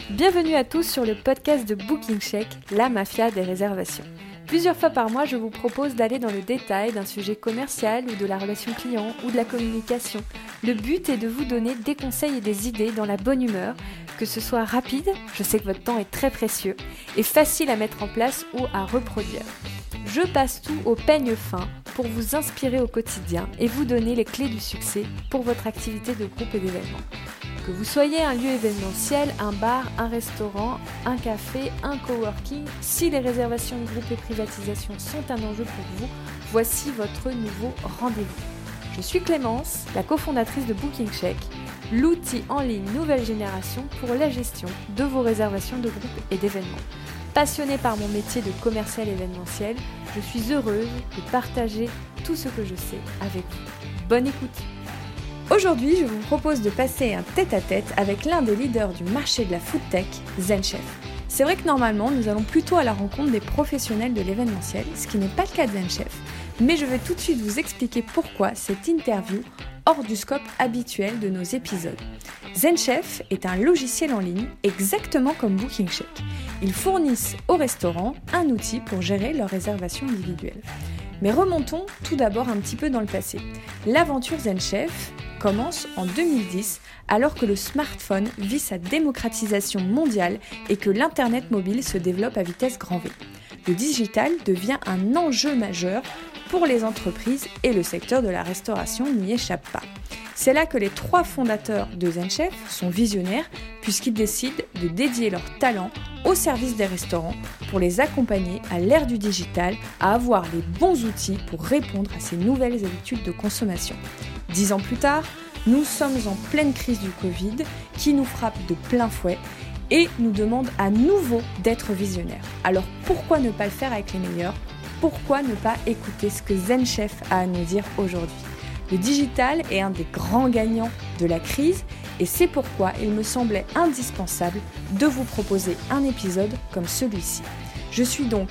Bienvenue à tous sur le podcast de Booking Check, la mafia des réservations. Plusieurs fois par mois, je vous propose d'aller dans le détail d'un sujet commercial ou de la relation client ou de la communication. Le but est de vous donner des conseils et des idées dans la bonne humeur, que ce soit rapide, je sais que votre temps est très précieux, et facile à mettre en place ou à reproduire. Je passe tout au peigne fin pour vous inspirer au quotidien et vous donner les clés du succès pour votre activité de groupe et d'événement. Que vous soyez un lieu événementiel, un bar, un restaurant, un café, un coworking, si les réservations de groupe et privatisation sont un enjeu pour vous, voici votre nouveau rendez-vous. Je suis Clémence, la cofondatrice de Booking Check, l'outil en ligne nouvelle génération pour la gestion de vos réservations de groupe et d'événements. Passionnée par mon métier de commercial événementiel, je suis heureuse de partager tout ce que je sais avec vous. Bonne écoute! Aujourd'hui, je vous propose de passer un tête-à-tête avec l'un des leaders du marché de la foodtech, ZenChef. C'est vrai que normalement, nous allons plutôt à la rencontre des professionnels de l'événementiel, ce qui n'est pas le cas de ZenChef, mais je vais tout de suite vous expliquer pourquoi cette interview hors du scope habituel de nos épisodes. ZenChef est un logiciel en ligne exactement comme Booking Check. Ils fournissent aux restaurants un outil pour gérer leurs réservations individuelles. Mais remontons tout d'abord un petit peu dans le passé. L'aventure ZenChef commence en 2010 alors que le smartphone vit sa démocratisation mondiale et que l'Internet mobile se développe à vitesse grand V. Le digital devient un enjeu majeur pour les entreprises et le secteur de la restauration n'y échappe pas. C'est là que les 3 fondateurs de ZenChef sont visionnaires puisqu'ils décident de dédier leur talent au service des restaurants pour les accompagner à l'ère du digital à avoir les bons outils pour répondre à ces nouvelles habitudes de consommation. 10 ans plus tard, nous sommes en pleine crise du Covid qui nous frappe de plein fouet et nous demande à nouveau d'être visionnaires. Alors pourquoi ne pas le faire avec les meilleurs ? Pourquoi ne pas écouter ce que ZenChef a à nous dire aujourd'hui ? Le digital est un des grands gagnants de la crise et c'est pourquoi il me semblait indispensable de vous proposer un épisode comme celui-ci. Je suis donc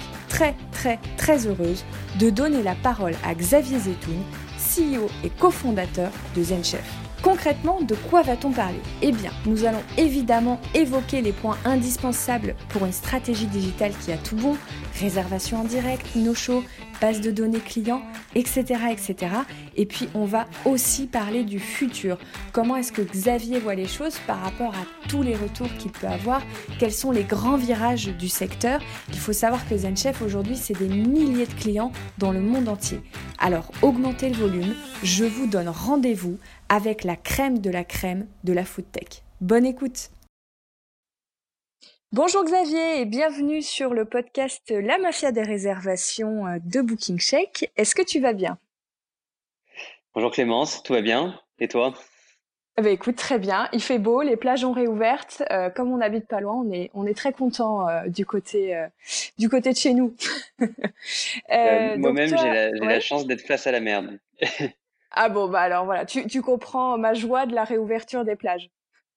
très heureuse de donner la parole à Xavier Zetoun, CEO et cofondateur de ZenChef. Concrètement, de quoi va-t-on parler ? Eh bien, nous allons évidemment évoquer les points indispensables pour une stratégie digitale qui a tout bon, réservation en direct, no-show, base de données clients, etc. Et puis, on va aussi parler du futur. Comment est-ce que Xavier voit les choses par rapport à tous les retours qu'il peut avoir ? Quels sont les grands virages du secteur ? Il faut savoir que ZenChef, aujourd'hui, c'est des milliers de clients dans le monde entier. Alors, augmentez le volume, je vous donne rendez-vous avec la crème de la foodtech. Bonne écoute! Bonjour Xavier et bienvenue sur le podcast La Mafia des réservations de Booking Check. Est-ce que tu vas bien? Bonjour Clémence, tout va bien? Et toi? Écoute, très bien. Il fait beau, les plages ont réouvertes. Comme on n'habite pas loin, on est très content du côté de chez nous. Donc Moi-même, toi, j'ai la ouais. chance d'être face à la mer. Ah bon, bah alors voilà, tu comprends ma joie de la réouverture des plages.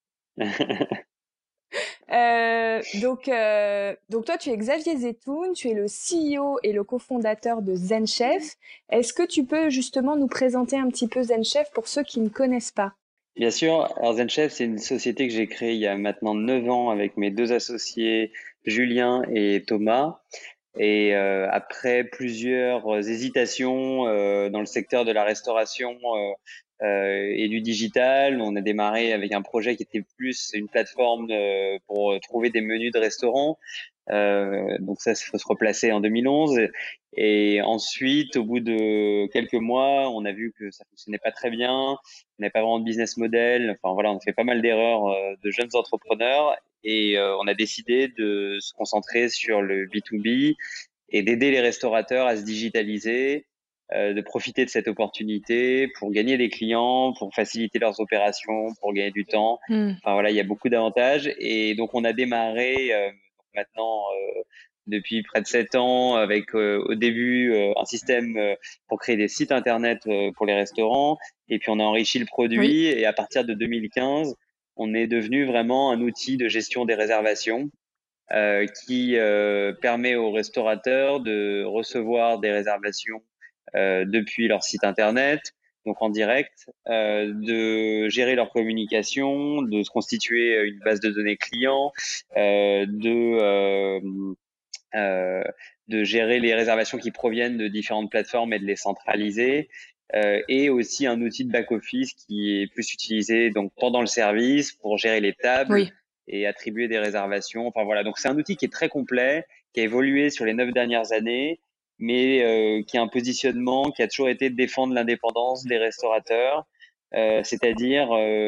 Donc toi, tu es Xavier Zetoun, tu es le CEO et le cofondateur de ZenChef. Est-ce que tu peux justement nous présenter un petit peu ZenChef pour ceux qui ne connaissent pas? Bien sûr, alors ZenChef, c'est une société que j'ai créée il y a maintenant 9 ans avec mes 2 associés, Julien et Thomas. Et après plusieurs hésitations dans le secteur de la restauration et du digital, on a démarré avec un projet qui était plus une plateforme pour trouver des menus de restaurants. Donc ça, il faut se replacer en 2011. Et ensuite, au bout de quelques mois, on a vu que ça fonctionnait pas très bien. On n'avait pas vraiment de business model. Enfin voilà, on a fait pas mal d'erreurs de jeunes entrepreneurs. Et on a décidé de se concentrer sur le B2B et d'aider les restaurateurs à se digitaliser, de profiter de cette opportunité pour gagner des clients, pour faciliter leurs opérations, pour gagner du temps. Enfin voilà, il y a beaucoup d'avantages. Et donc on a démarré maintenant depuis près de 7 ans avec au début un système pour créer des sites internet pour les restaurants. Et puis on a enrichi le Oui. produit et à partir de 2015, on est devenu vraiment un outil de gestion des réservations qui permet aux restaurateurs de recevoir des réservations depuis leur site internet, donc en direct, de gérer leur communication, de se constituer une base de données clients, euh, de euh, euh, de gérer les réservations qui proviennent de différentes plateformes et de les centraliser, et aussi un outil de back-office qui est plus utilisé donc pendant le service pour gérer les tables Oui, et attribuer des réservations. Enfin voilà, donc c'est un outil qui est très complet, qui a évolué sur les 9 dernières années, mais qui a un positionnement qui a toujours été de défendre l'indépendance des restaurateurs, c'est-à-dire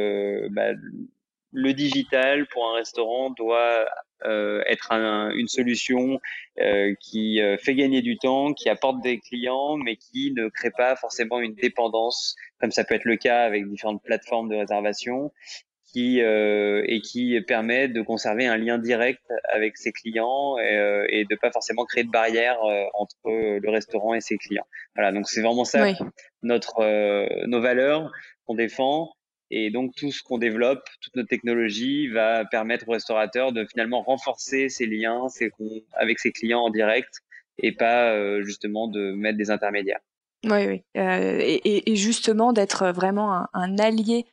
le digital pour un restaurant doit être une solution qui fait gagner du temps, qui apporte des clients, mais qui ne crée pas forcément une dépendance, comme ça peut être le cas avec différentes plateformes de réservation, et qui permet de conserver un lien direct avec ses clients et de pas forcément créer de barrière entre le restaurant et ses clients. Voilà, donc c'est vraiment ça oui. nos valeurs qu'on défend. Et donc, tout ce qu'on développe, toute notre technologie va permettre aux restaurateurs de finalement renforcer ses liens avec ses clients en direct et pas justement de mettre des intermédiaires. Oui, oui. Et justement d'être vraiment un allié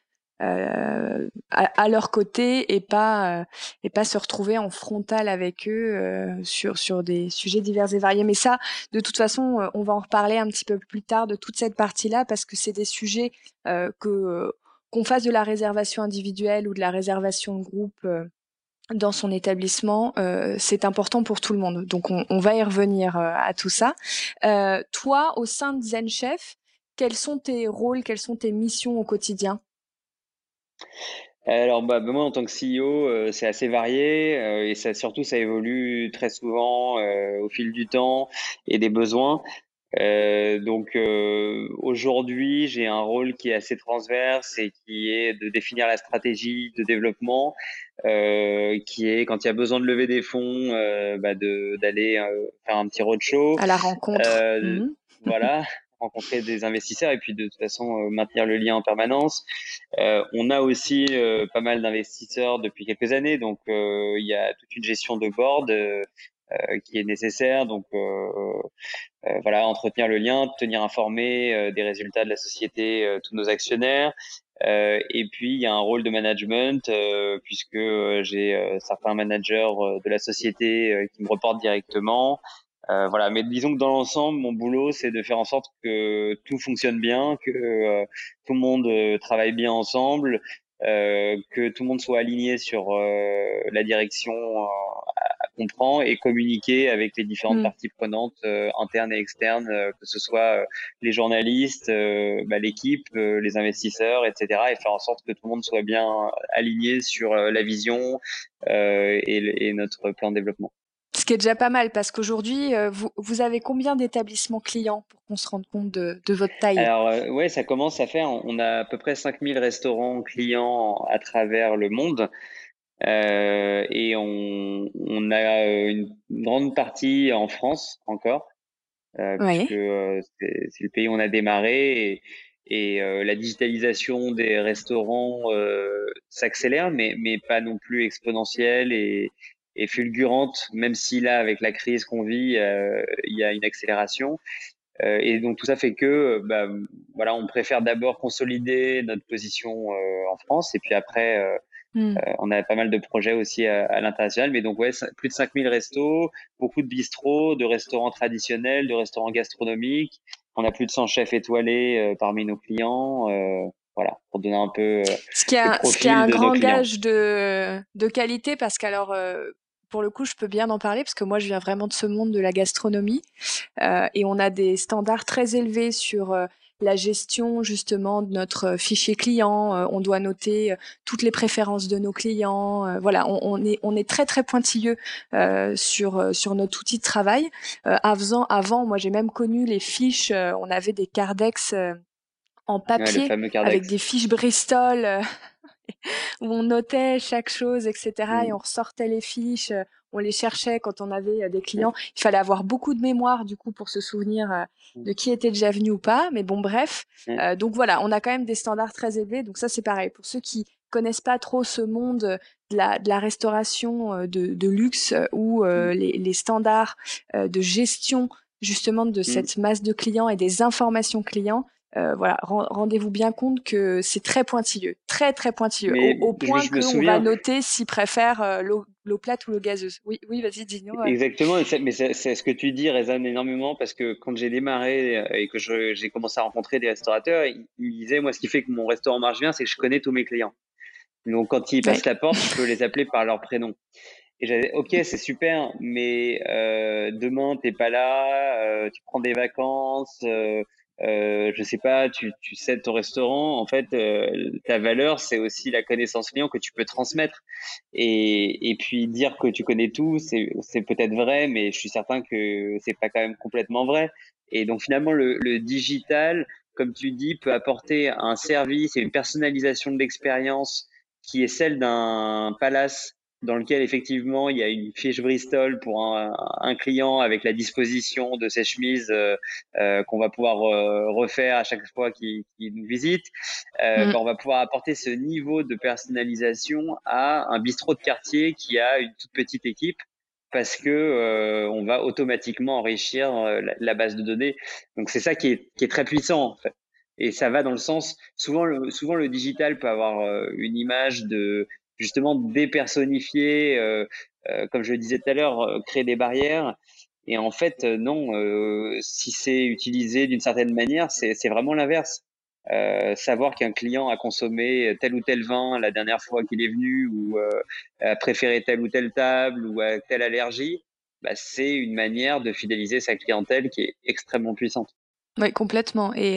à leur côté et pas se retrouver en frontal avec eux sur des sujets divers et variés. Mais ça, de toute façon, on va en reparler un petit peu plus tard de toute cette partie-là parce que c'est des sujets qu'on fasse de la réservation individuelle ou de la réservation de groupe. Dans son établissement, c'est important pour tout le monde. Donc on va y revenir à tout ça. Toi, au sein de Zen Chef, quels sont tes rôles, quelles sont tes missions au quotidien? Alors, moi, en tant que CEO, c'est assez varié et ça évolue très souvent au fil du temps et des besoins. Aujourd'hui, j'ai un rôle qui est assez transverse et qui est de définir la stratégie de développement, qui est quand il y a besoin de lever des fonds, d'aller faire un petit roadshow, À la rencontre. euh, Mhm. voilà, rencontrer des investisseurs et puis de toute façon maintenir le lien en permanence. On a aussi pas mal d'investisseurs depuis quelques années, donc il y a toute une gestion de board qui est nécessaire. Donc voilà, entretenir le lien, tenir informé des résultats de la société tous nos actionnaires. Et puis il y a un rôle de management puisque j'ai certains managers de la société qui me reportent directement. Voilà, mais disons que dans l'ensemble, mon boulot, c'est de faire en sorte que tout fonctionne bien, que tout le monde travaille bien ensemble, que tout le monde soit aligné sur la direction comprend et communiquer avec les différentes Mm. parties prenantes internes et externes, que ce soit les journalistes, l'équipe, les investisseurs, etc. Et faire en sorte que tout le monde soit bien aligné sur la vision et notre plan de développement. Ce qui est déjà pas mal parce qu'aujourd'hui, vous avez combien d'établissements clients pour qu'on se rende compte de votre taille? Alors, ouais, ça commence à faire. On a à peu près 5000 restaurants clients à travers le monde. Et on a une grande partie en France encore. Puisque Oui. c'est le pays où on a démarré et la digitalisation des restaurants s'accélère, mais pas non plus exponentielle et fulgurante, même si là, avec la crise qu'on vit, il y a une accélération. Et donc tout ça fait que, voilà, on préfère d'abord consolider notre position en France et puis après Mm. on a pas mal de projets aussi à l'international, mais donc ouais, plus de 5000 restos, beaucoup de bistrots, de restaurants traditionnels, de restaurants gastronomiques. On a plus de 100 chefs étoilés parmi nos clients. Voilà, pour donner un peu le Ce qui est profil un de nos grand clients. gage de qualité parce qu'alors, pour le coup, je peux bien en parler parce que moi, je viens vraiment de ce monde de la gastronomie et on a des standards très élevés sur la gestion justement de notre fichier client. On doit noter toutes les préférences de nos clients. Voilà, on est très très pointilleux sur notre outil de travail. Avant, moi, j'ai même connu les fiches. On avait des cardex en Ouais, le papier fameux avec Cardex. des fiches Bristol où on notait chaque chose, etc. Et Mm. on ressortait les fiches, on les cherchait quand on avait des clients. Il fallait avoir beaucoup de mémoire du coup pour se souvenir de qui était déjà venu ou pas. Mais bon, bref. Mm. Donc voilà, on a quand même des standards très élevés. Donc ça, c'est pareil. Pour ceux qui connaissent pas trop ce monde de la restauration de luxe où Mm. les standards de gestion justement de Mm. cette masse de clients et des informations clients Voilà, rendez-vous bien compte que c'est très pointilleux, très très pointilleux, Mais au point je me qu'on va souviens, noter s'ils préfèrent l'eau plate ou l'eau gazeuse. Oui, oui, vas-y, dis-nous. Ouais. exactement, mais c'est ce que tu dis résonne énormément parce que quand j'ai démarré et que j'ai commencé à rencontrer des restaurateurs, ils me disaient, moi, ce qui fait que mon restaurant marche bien, c'est que je connais tous mes clients. Donc, quand ils Ouais. passent la porte, je peux les appeler par leur prénom. Et j'avais, ok, c'est super, mais demain t'es pas là, tu prends des vacances, je sais pas, tu cèdes ton restaurant. En fait, ta valeur, c'est aussi la connaissance client que tu peux transmettre. Et puis dire que tu connais tout, c'est peut-être vrai, mais je suis certain que c'est pas quand même complètement vrai. Et donc finalement, le digital, comme tu dis, peut apporter un service et une personnalisation de l'expérience qui est celle d'un palace dans lequel effectivement il y a une fiche Bristol pour un client avec la disposition de ses chemises qu'on va pouvoir refaire à chaque fois qu'il nous visite. Mm. Ben, on va pouvoir apporter ce niveau de personnalisation à un bistrot de quartier qui a une toute petite équipe parce que on va automatiquement enrichir la base de données. Donc c'est ça qui est très puissant en fait. Et ça va dans le sens, souvent le digital peut avoir une image de justement dépersonnifier, comme je le disais tout à l'heure, créer des barrières. Et en fait, non, si c'est utilisé d'une certaine manière, c'est vraiment l'inverse. Savoir qu'un client a consommé tel ou tel vin la dernière fois qu'il est venu ou a préféré telle ou telle table ou a telle allergie, bah, c'est une manière de fidéliser sa clientèle qui est extrêmement puissante. Oui, complètement. Et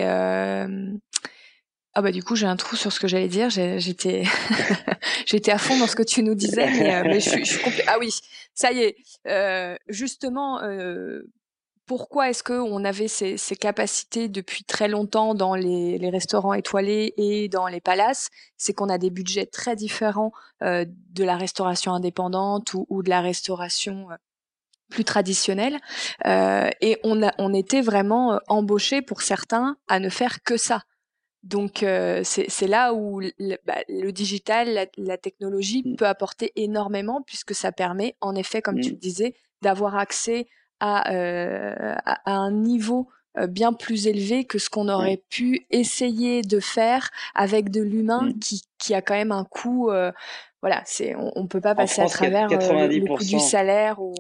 ah bah du coup j'ai un trou sur ce que j'allais dire. J'étais j'étais à fond dans ce que tu nous disais, mais je suis Ah oui, ça y est. Justement, pourquoi est-ce que on avait ces capacités depuis très longtemps dans les restaurants étoilés et dans les palaces? C'est qu'on a des budgets très différents de la restauration indépendante ou de la restauration plus traditionnelle, et on était vraiment embauchés pour certains à ne faire que ça. Donc c'est là où le digital, la technologie Mm, peut apporter énormément puisque ça permet, en effet, comme tu le mm, disais, d'avoir accès à un niveau bien plus élevé que ce qu'on ouais, aurait pu essayer de faire avec de l'humain mm. qui a quand même un coût. Voilà, on peut pas En passer à France, travers le coût du 90%, salaire ou.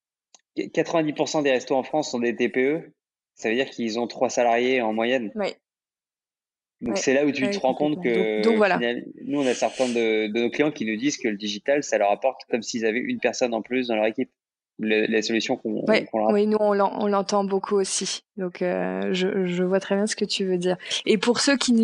90% des restos en France sont des TPE. Ça veut dire qu'ils ont 3 salariés en moyenne. Oui, Donc oui, c'est là où tu te oui, rends compte complètement. Donc que voilà. finalement, nous, on a certains de nos clients qui nous disent que le digital, ça leur apporte comme s'ils avaient une personne en plus dans leur équipe. Les solutions Ouais, qu'on leur oui, apporte. nous on l'entend beaucoup aussi. Donc je vois très bien ce que tu veux dire. Et pour ceux qui ne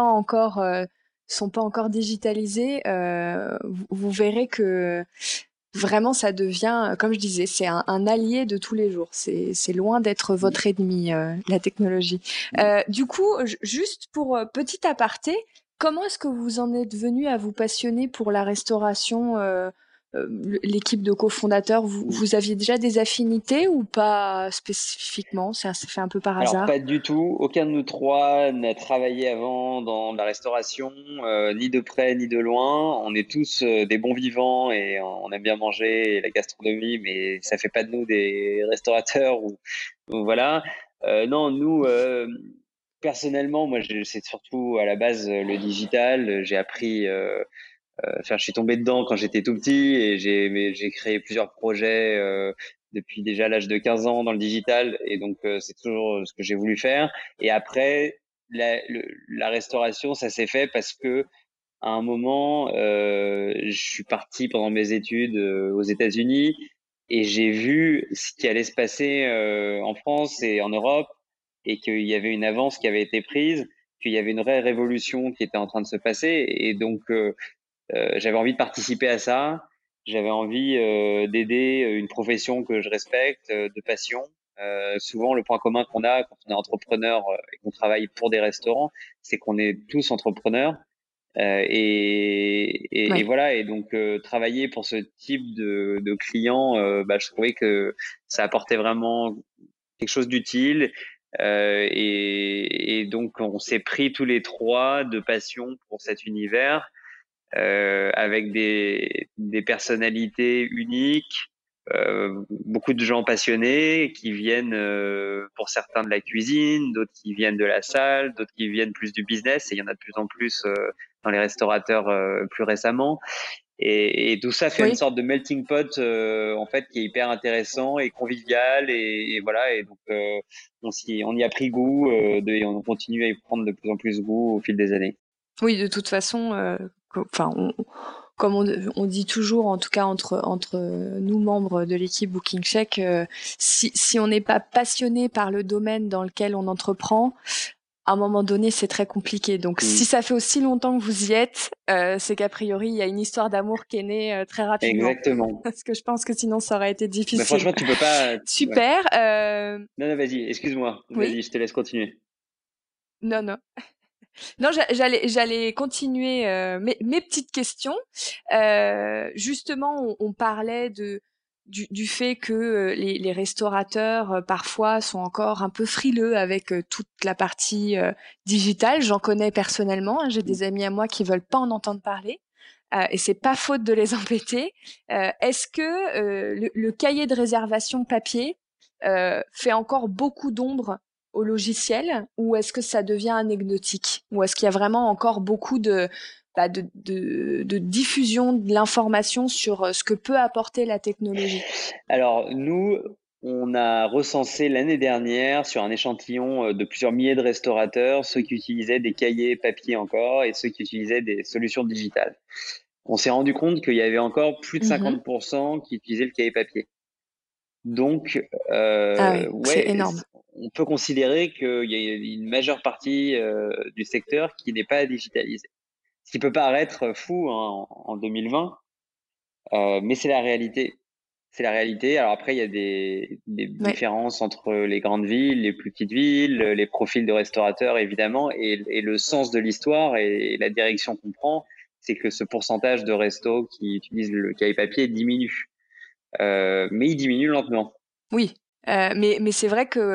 sont pas encore digitalisés, vous verrez que vraiment ça devient, comme je disais, c'est un allié de tous les jours. C'est loin d'être Mm, votre ennemi, la technologie. mm. Du coup, juste pour petit aparté, comment est-ce que vous en êtes venu à vous passionner pour la restauration? L'équipe de cofondateurs, Mm. vous aviez déjà des affinités ou pas spécifiquement? Ça s'est fait un peu par Alors hasard? pas du tout. Aucun de nous trois n'a travaillé avant dans la restauration, ni de près ni de loin. On est tous des bons vivants et on aime bien manger et la gastronomie, mais ça fait pas de nous des restaurateurs ou voilà. Non, nous personnellement, moi, c'est surtout à la base le digital. J'ai appris, enfin, je suis tombé dedans quand j'étais tout petit et j'ai créé plusieurs projets depuis déjà l'âge de 15 ans dans le digital et donc c'est toujours ce que j'ai voulu faire. Et après, la restauration, ça s'est fait parce que à un moment, je suis parti pendant mes études aux États-Unis et j'ai vu ce qui allait se passer en France et en Europe et qu'il y avait une avance qui avait été prise, qu'il y avait une vraie révolution qui était en train de se passer et donc j'avais envie de participer à ça. J'avais envie d'aider une profession que je respecte, de passion. Souvent, le point commun qu'on a quand on est entrepreneur et qu'on travaille pour des restaurants, c'est qu'on est tous entrepreneurs. Et Oui. voilà. Et donc, travailler pour ce type de client, bah, je trouvais que ça apportait vraiment quelque chose d'utile. Et donc, on s'est pris tous les trois de passion pour cet univers avec des personnalités uniques, beaucoup de gens passionnés qui viennent pour certains de la cuisine, d'autres qui viennent de la salle, d'autres qui viennent plus du business, et il y en a de plus en plus dans les restaurateurs plus récement. Et tout ça fait une Oui. sorte de melting pot en fait qui est hyper intéressant et convivial et voilà et donc on y a pris goût et on continue à y prendre de plus en plus goût au fil des années. Oui, de toute façon, enfin, comme on dit toujours, en tout cas entre nous membres de l'équipe Booking Check, si on n'est pas passionné par le domaine dans lequel on entreprend, à un moment donné, c'est très compliqué. Donc, si ça fait aussi longtemps que vous y êtes, c'est qu'a priori, il y a une histoire d'amour qui est née très rapidement. Exactement. Parce que je pense que sinon, ça aurait été Mais difficile. franchement, tu peux pas. Ouais. Super. Non, non, vas-y, excuse-moi. Oui. Vas-y, je te laisse continuer. Non, non. Non, j'allais continuer mes petites questions. Justement, on parlait du fait que les restaurateurs parfois sont encore un peu frileux avec toute la partie digitale. J'en connais personnellement, hein, j'ai des amis à moi qui veulent pas en entendre parler. Et c'est pas faute de les embêter. Est-ce que le cahier de réservation papier fait encore beaucoup d'ombre au logiciel ou est-ce que ça devient anecdotique? Ou est-ce qu'il y a vraiment encore beaucoup de diffusion de l'information sur ce que peut apporter la technologie? Alors, nous, on a recensé l'année dernière sur un échantillon de plusieurs milliers de restaurateurs ceux qui utilisaient des cahiers papier encore et ceux qui utilisaient des solutions digitales. On s'est rendu compte qu'il y avait encore plus de Mhm. 50% qui utilisaient le cahier papier. Donc, Ah oui, c'est ouais, énorme. on peut considérer qu'il y a une majeure partie du secteur qui n'est pas digitalisée. Ce qui peut paraître fou hein, en 2020, mais c'est la réalité. C'est la réalité. Alors après, il y a des Ouais. différences entre les grandes villes, les plus petites villes, les profils de restaurateurs évidemment, et le sens de l'histoire et la direction qu'on prend, c'est que ce pourcentage de restos qui utilisent le cahier papier diminue. Mais il diminue lentement. Oui, mais c'est vrai que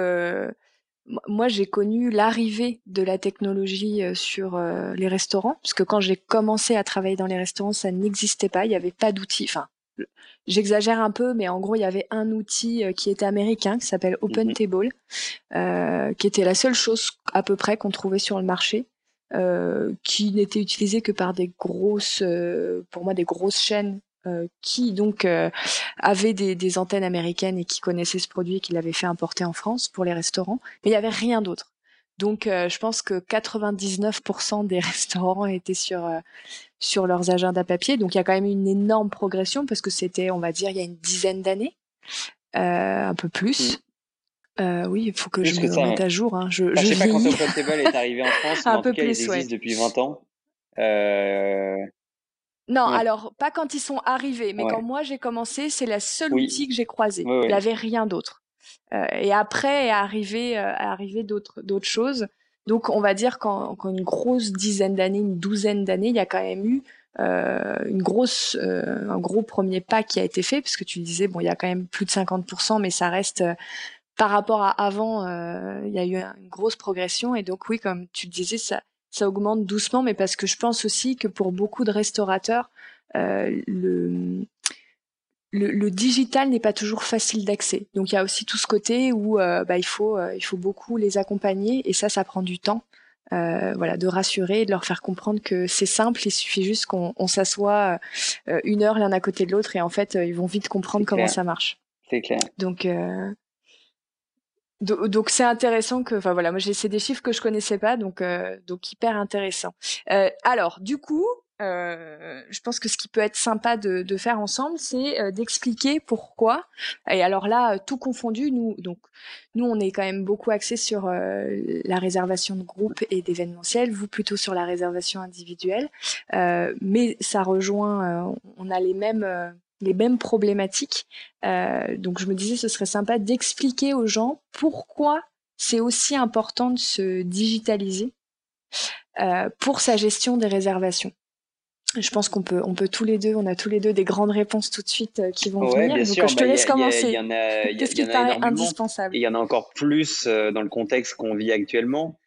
moi j'ai connu l'arrivée de la technologie sur les restaurants, parce que quand j'ai commencé à travailler dans les restaurants, ça n'existait pas, il n'y avait pas d'outils. Enfin, j'exagère un peu, mais en gros, il y avait un outil qui était américain, qui s'appelle Mhm. OpenTable, qui était la seule chose à peu près qu'on trouvait sur le marché, qui n'était utilisé que par des grosses, pour moi, des grosses chaînes qui donc avaient des antennes américaines et qui connaissaient ce produit et qui l'avaient fait importer en France pour les restaurants. Mais il n'y avait rien d'autre. Donc je pense que 99% des restaurants étaient sur leurs agendas papier. Donc il y a quand même une énorme progression parce que c'était, on va dire, il y a une dizaine d'années, un peu Mm. plus. Oui, il faut que je Plus que me ça, remette ouais. à jour, hein. Je, Enfin, je je sais pas quand vieillis OpenTable est arrivé en France, mais un en tout peu cas, ils plus, ouais. existent depuis 20 ans. Euh, Non, ouais, alors pas quand ils sont arrivés, mais quand ouais, moi j'ai commencé, c'est le seul oui, outil que j'ai croisé. oui, Il n'y oui, avait rien d'autre. Et après est arrivé d'autres choses. Donc on va dire qu'en une grosse dizaine d'années, une douzaine d'années, il y a quand même eu un gros premier pas qui a été fait, parce que tu disais bon, il y a quand même plus de 50%, mais ça reste par rapport à avant, il y a eu une grosse progression. Et donc oui, comme tu le disais, ça augmente doucement, mais parce que je pense aussi que pour beaucoup de restaurateurs, euh, le, le digital n'est pas toujours facile d'accès. Donc il y a aussi tout ce côté où il faut beaucoup les accompagner et ça prend du temps. Voilà, de rassurer, de leur faire comprendre que c'est simple, il suffit juste qu'on s'assoit une heure l'un à côté de l'autre et en fait ils vont vite c'est comprendre comment clair, ça marche. c'est clair. Donc donc c'est intéressant que, enfin voilà, moi c'est des chiffres que je connaissais pas, donc hyper intéressant. Alors du coup, je pense que ce qui peut être sympa de faire ensemble, c'est d'expliquer pourquoi. Et alors là, tout confondu, nous on est quand même beaucoup axé sur la réservation de groupe et d'événementiel, vous plutôt sur la réservation individuelle, mais ça rejoint, on a les mêmes problématiques. Donc je me disais, ce serait sympa d'expliquer aux gens pourquoi c'est aussi important de se digitaliser pour sa gestion des réservations. Je pense on peut tous les deux, on a tous les deux des grandes réponses tout de suite qui vont Ouais, venir. bien Donc sûr. je te Bah, laisse il y commencer. en a, Qu'est-ce il y qui en te a paraît énormément, et indispensable? il y en a encore plus dans le contexte qu'on vit actuellement.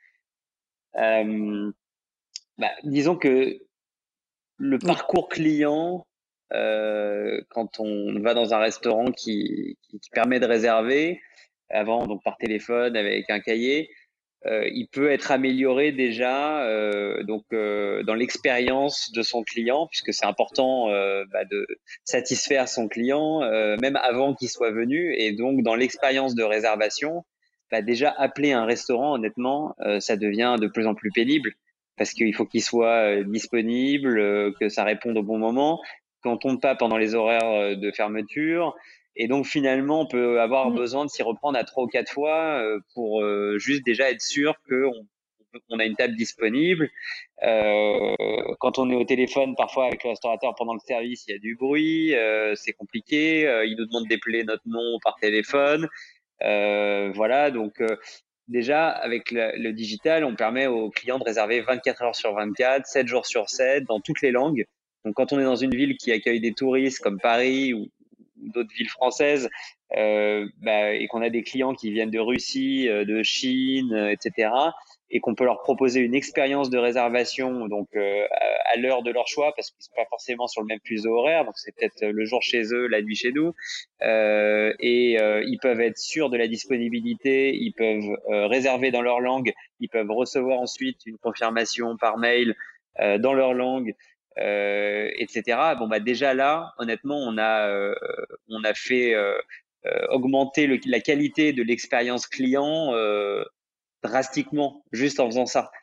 Bah, disons que le Oui. parcours client quand on va dans un restaurant qui permet de réserver avant, donc par téléphone avec un cahier, il peut être amélioré déjà dans l'expérience de son client, puisque c'est important de satisfaire son client même avant qu'il soit venu. Et donc dans l'expérience de réservation, déjà appeler un restaurant, honnêtement, ça devient de plus en plus pénible parce qu'il faut qu'il soit disponible, que ça réponde au bon moment, qu'on tombe pas pendant les horaires de fermeture. Et donc finalement, on peut avoir besoin de s'y reprendre à 3 ou 4 fois pour juste déjà être sûr qu'on a une table disponible. Quand on est au téléphone, parfois avec le restaurateur pendant le service, il y a du bruit, c'est compliqué. Il nous demande d'épeler notre nom par téléphone. Voilà, donc déjà avec le digital, on permet aux clients de réserver 24 heures sur 24, 7 jours sur 7, dans toutes les langues. Donc quand on est dans une ville qui accueille des touristes comme Paris ou d'autres villes françaises, et qu'on a des clients qui viennent de Russie, de Chine, etc., et qu'on peut leur proposer une expérience de réservation donc à l'heure de leur choix, parce qu'ils sont pas forcément sur le même fuseau horaire, donc c'est peut-être le jour chez eux, la nuit chez nous, ils peuvent être sûrs de la disponibilité, ils peuvent réserver dans leur langue, ils peuvent recevoir ensuite une confirmation par mail dans leur langue, etc. Bon, déjà là, honnêtement, on a fait augmenter la qualité de l'expérience client drastiquement juste en faisant ça.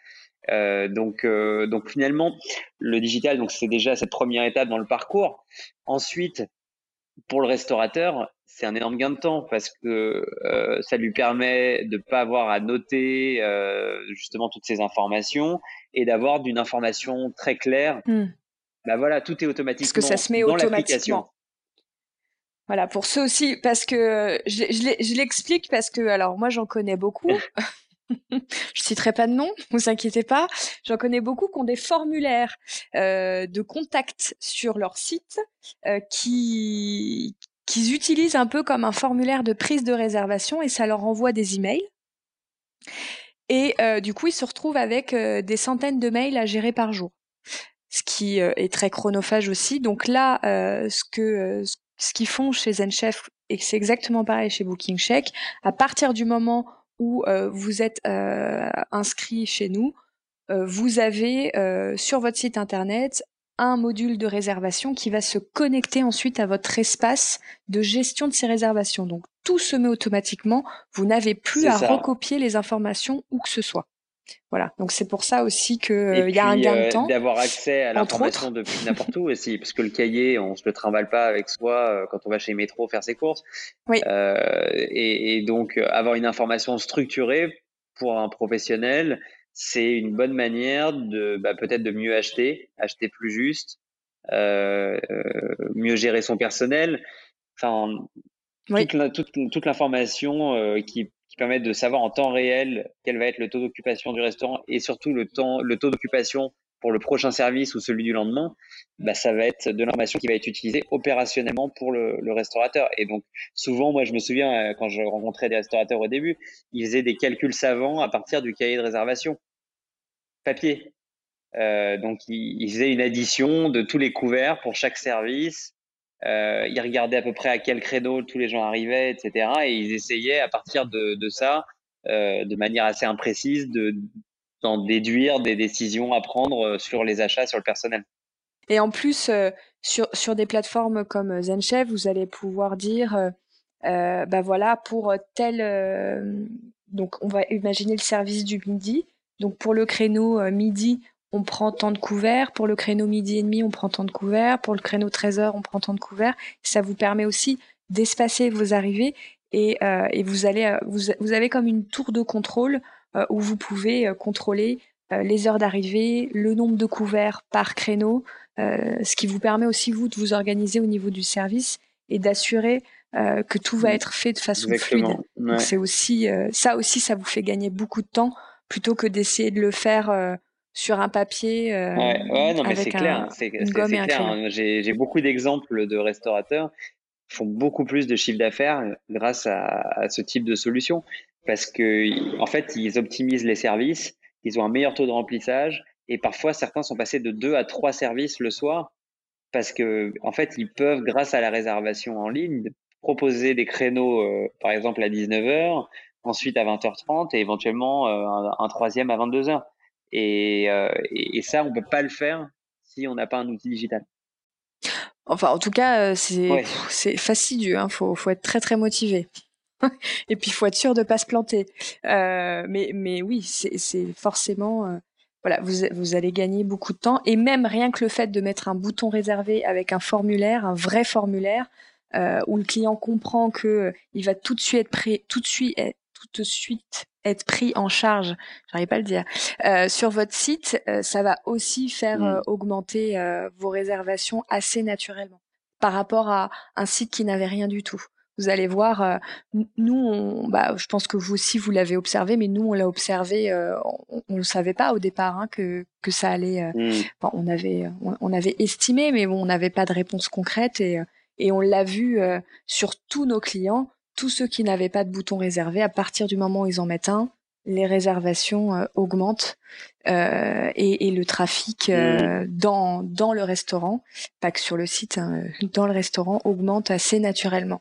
Donc finalement, le digital, donc c'est déjà cette première étape dans le parcours. Ensuite, pour le restaurateur, c'est un énorme gain de temps parce que ça lui permet de pas avoir à noter justement toutes ces informations et d'avoir d'une information très claire. Voilà, tout est Parce que ça automatiquement se met dans l'application. automatiquement. Voilà, pour ceux aussi, parce que je l'explique parce que, alors moi j'en connais beaucoup, je citerai pas de nom, vous inquiétez pas, j'en connais beaucoup qui ont des formulaires de contact sur leur site qu'ils utilisent un peu comme un formulaire de prise de réservation et ça leur envoie des emails. Et du coup, ils se retrouvent avec des centaines de mails à gérer par jour, ce qui est très chronophage aussi. Donc là, ce qu'ils font chez ZenChef, et c'est exactement pareil chez Booking Check, à partir du moment où vous êtes inscrit chez nous, vous avez sur votre site internet un module de réservation qui va se connecter ensuite à votre espace de gestion de ces réservations. Donc tout se met automatiquement, vous n'avez plus C'est à ça. recopier les informations où que ce soit. Voilà, donc c'est pour ça aussi Et qu'il y a un puis gain de temps, d'avoir accès à entre l'information autres. depuis n'importe où aussi, parce que le cahier, on se le trimballe pas avec soi quand on va chez Métro faire ses courses. Oui. Et donc avoir une information structurée pour un professionnel, c'est une bonne manière de peut-être de mieux acheter plus juste, mieux gérer son personnel. Enfin, Oui. toute l'information qui permet de savoir en temps réel quel va être le taux d'occupation du restaurant et surtout le taux d'occupation pour le prochain service ou celui du lendemain, ça va être de l'information qui va être utilisée opérationnellement pour le restaurateur. Et donc, souvent, moi, je me souviens, quand je rencontrais des restaurateurs au début, ils faisaient des calculs savants à partir du cahier de réservation papier. Donc, ils faisaient une addition de tous les couverts pour chaque service. Ils regardaient à peu près à quel créneau tous les gens arrivaient, etc. Et ils essayaient à partir de ça, de manière assez imprécise, d'en déduire des décisions à prendre sur les achats, sur le personnel. Et en plus, sur des plateformes comme ZenChef, vous allez pouvoir dire, voilà, pour donc on va imaginer le service du midi. Donc pour le créneau midi, on prend tant de couverts. Pour le créneau midi et demi, on prend tant de couverts. Pour le créneau 13h, on prend tant de couverts. Ça vous permet aussi d'espacer vos arrivées et vous avez comme une tour de contrôle où vous pouvez contrôler les heures d'arrivée, le nombre de couverts par créneau, ce qui vous permet aussi, vous, de vous organiser au niveau du service et d'assurer que tout va être fait de façon fluide. Ouais. Donc c'est aussi, ça aussi, ça vous fait gagner beaucoup de temps plutôt que d'essayer de le faire sur un papier Non, mais c'est avec clair, une gomme et un clair. crayon. Hein. J'ai beaucoup d'exemples de restaurateurs qui font beaucoup plus de chiffre d'affaires grâce à ce type de solution, parce que en fait, ils optimisent les services, ils ont un meilleur taux de remplissage, et parfois certains sont passés de 2 à 3 services le soir parce que en fait, ils peuvent, grâce à la réservation en ligne, proposer des créneaux, par exemple à 19h, ensuite à 20h30 et éventuellement un troisième à 22h. Et ça, on peut pas le faire si on n'a pas un outil digital. Enfin, en tout cas, Ouais, c'est fastidieux, hein. Faut être très très motivé. Et puis, il faut être sûr de pas se planter. Mais oui, c'est forcément, voilà, vous allez gagner beaucoup de temps. Et même rien que le fait de mettre un bouton réservé avec un formulaire, un vrai formulaire, où le client comprend que il va tout de suite être pris, tout de suite être pris en charge. J'arrive pas à le dire. Sur votre site, ça va aussi faire augmenter vos réservations assez naturellement par rapport à un site qui n'avait rien du tout. Vous allez voir, nous, je pense que vous aussi vous l'avez observé, mais nous on l'a observé, on ne savait pas au départ hein, que ça allait. Enfin, on avait estimé, mais bon, on n'avait pas de réponse concrète et on l'a vu sur tous nos clients, tous ceux qui n'avaient pas de bouton réservé. À partir du moment où ils en mettent un, les réservations augmentent et le trafic dans le restaurant, pas que sur le site, hein, dans le restaurant augmente assez naturellement.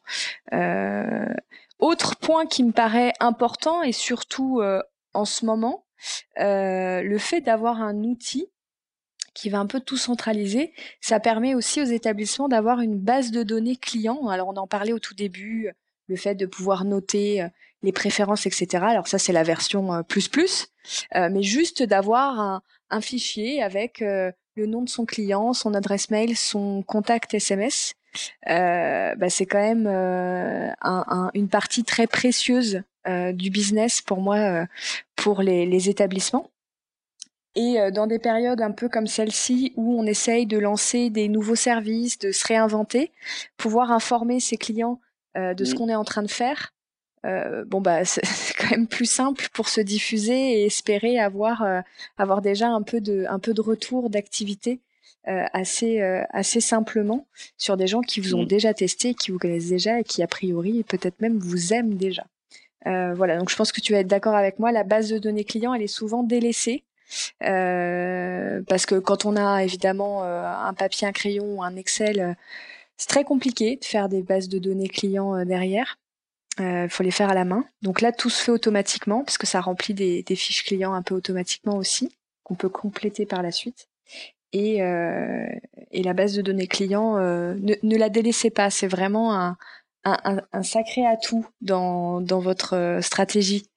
Autre point qui me paraît important et surtout en ce moment, le fait d'avoir un outil qui va un peu tout centraliser, ça permet aussi aux établissements d'avoir une base de données clients. Alors on en parlait au tout début, le fait de pouvoir noter les préférences, etc. Alors ça c'est la version plus, mais juste d'avoir un fichier avec le nom de son client, son adresse mail, son contact SMS. C'est quand même une partie très précieuse du business pour moi, pour les établissements. Et dans des périodes un peu comme celle-ci où on essaye de lancer des nouveaux services, de se réinventer, pouvoir informer ses clients de ce qu'on est en train de faire, c'est quand même plus simple pour se diffuser et espérer avoir déjà un peu de retour d'activité assez simplement sur des gens qui vous ont déjà testé, qui vous connaissent déjà et qui a priori peut-être même vous aiment déjà. Voilà, donc je pense que tu vas être d'accord avec moi, la base de données client, elle est souvent délaissée. Parce que quand on a évidemment un papier, un crayon ou un Excel, c'est très compliqué de faire des bases de données clients derrière. Il faut les faire à la main. Donc là, tout se fait automatiquement parce que ça remplit des fiches clients un peu automatiquement aussi, qu'on peut compléter par la suite. Et la base de données client, ne la délaissez pas. C'est vraiment un sacré atout dans votre stratégie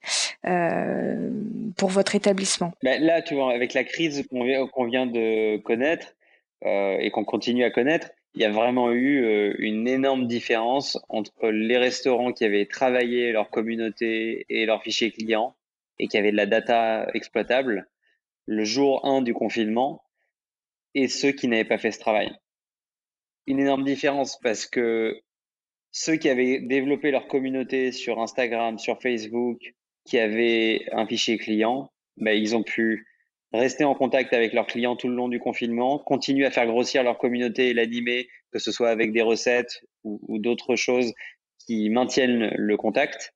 pour votre établissement. Là, tu vois, avec la crise qu'on vient de connaître et qu'on continue à connaître, il y a vraiment eu une énorme différence entre les restaurants qui avaient travaillé leur communauté et leurs fichiers clients et qui avaient de la data exploitable le jour 1 du confinement et ceux qui n'avaient pas fait ce travail. Une énorme différence parce que ceux qui avaient développé leur communauté sur Instagram, sur Facebook, qui avaient un fichier client, ils ont pu rester en contact avec leurs clients tout le long du confinement, continuer à faire grossir leur communauté et l'animer, que ce soit avec des recettes ou d'autres choses qui maintiennent le contact.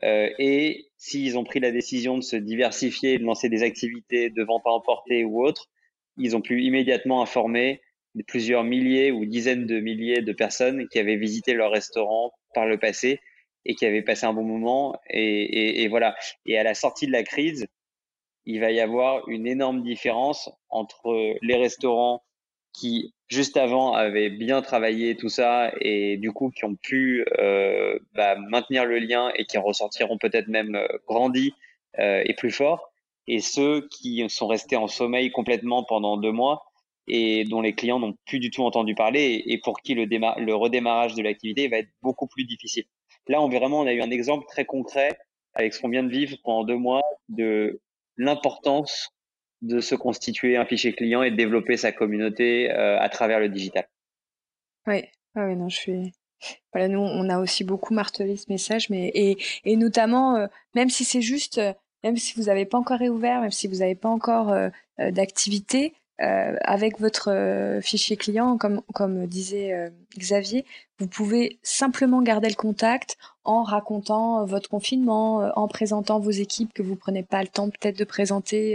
Et s'ils ont pris la décision de se diversifier, de lancer des activités de vente à emporter ou autres, ils ont pu immédiatement informer plusieurs milliers ou dizaines de milliers de personnes qui avaient visité leur restaurant par le passé et qui avaient passé un bon moment. Et voilà. Et à la sortie de la crise, il va y avoir une énorme différence entre les restaurants qui, juste avant, avaient bien travaillé tout ça et du coup qui ont pu maintenir le lien et qui en ressortiront peut-être même grandis et plus forts, et ceux qui sont restés en sommeil complètement pendant 2 mois et dont les clients n'ont plus du tout entendu parler et pour qui le redémarrage de l'activité va être beaucoup plus difficile. Là, on a eu un exemple très concret avec ce qu'on vient de vivre pendant 2 mois de l'importance de se constituer un fichier client et de développer sa communauté à travers le digital. Oui, non, voilà, nous, on a aussi beaucoup martelé ce message, et notamment, même si c'est juste, même si vous n'avez pas encore réouvert, même si vous n'avez pas encore d'activité, avec votre fichier client, comme disait Xavier, vous pouvez simplement garder le contact en racontant votre confinement, en présentant vos équipes que vous prenez pas le temps peut-être de présenter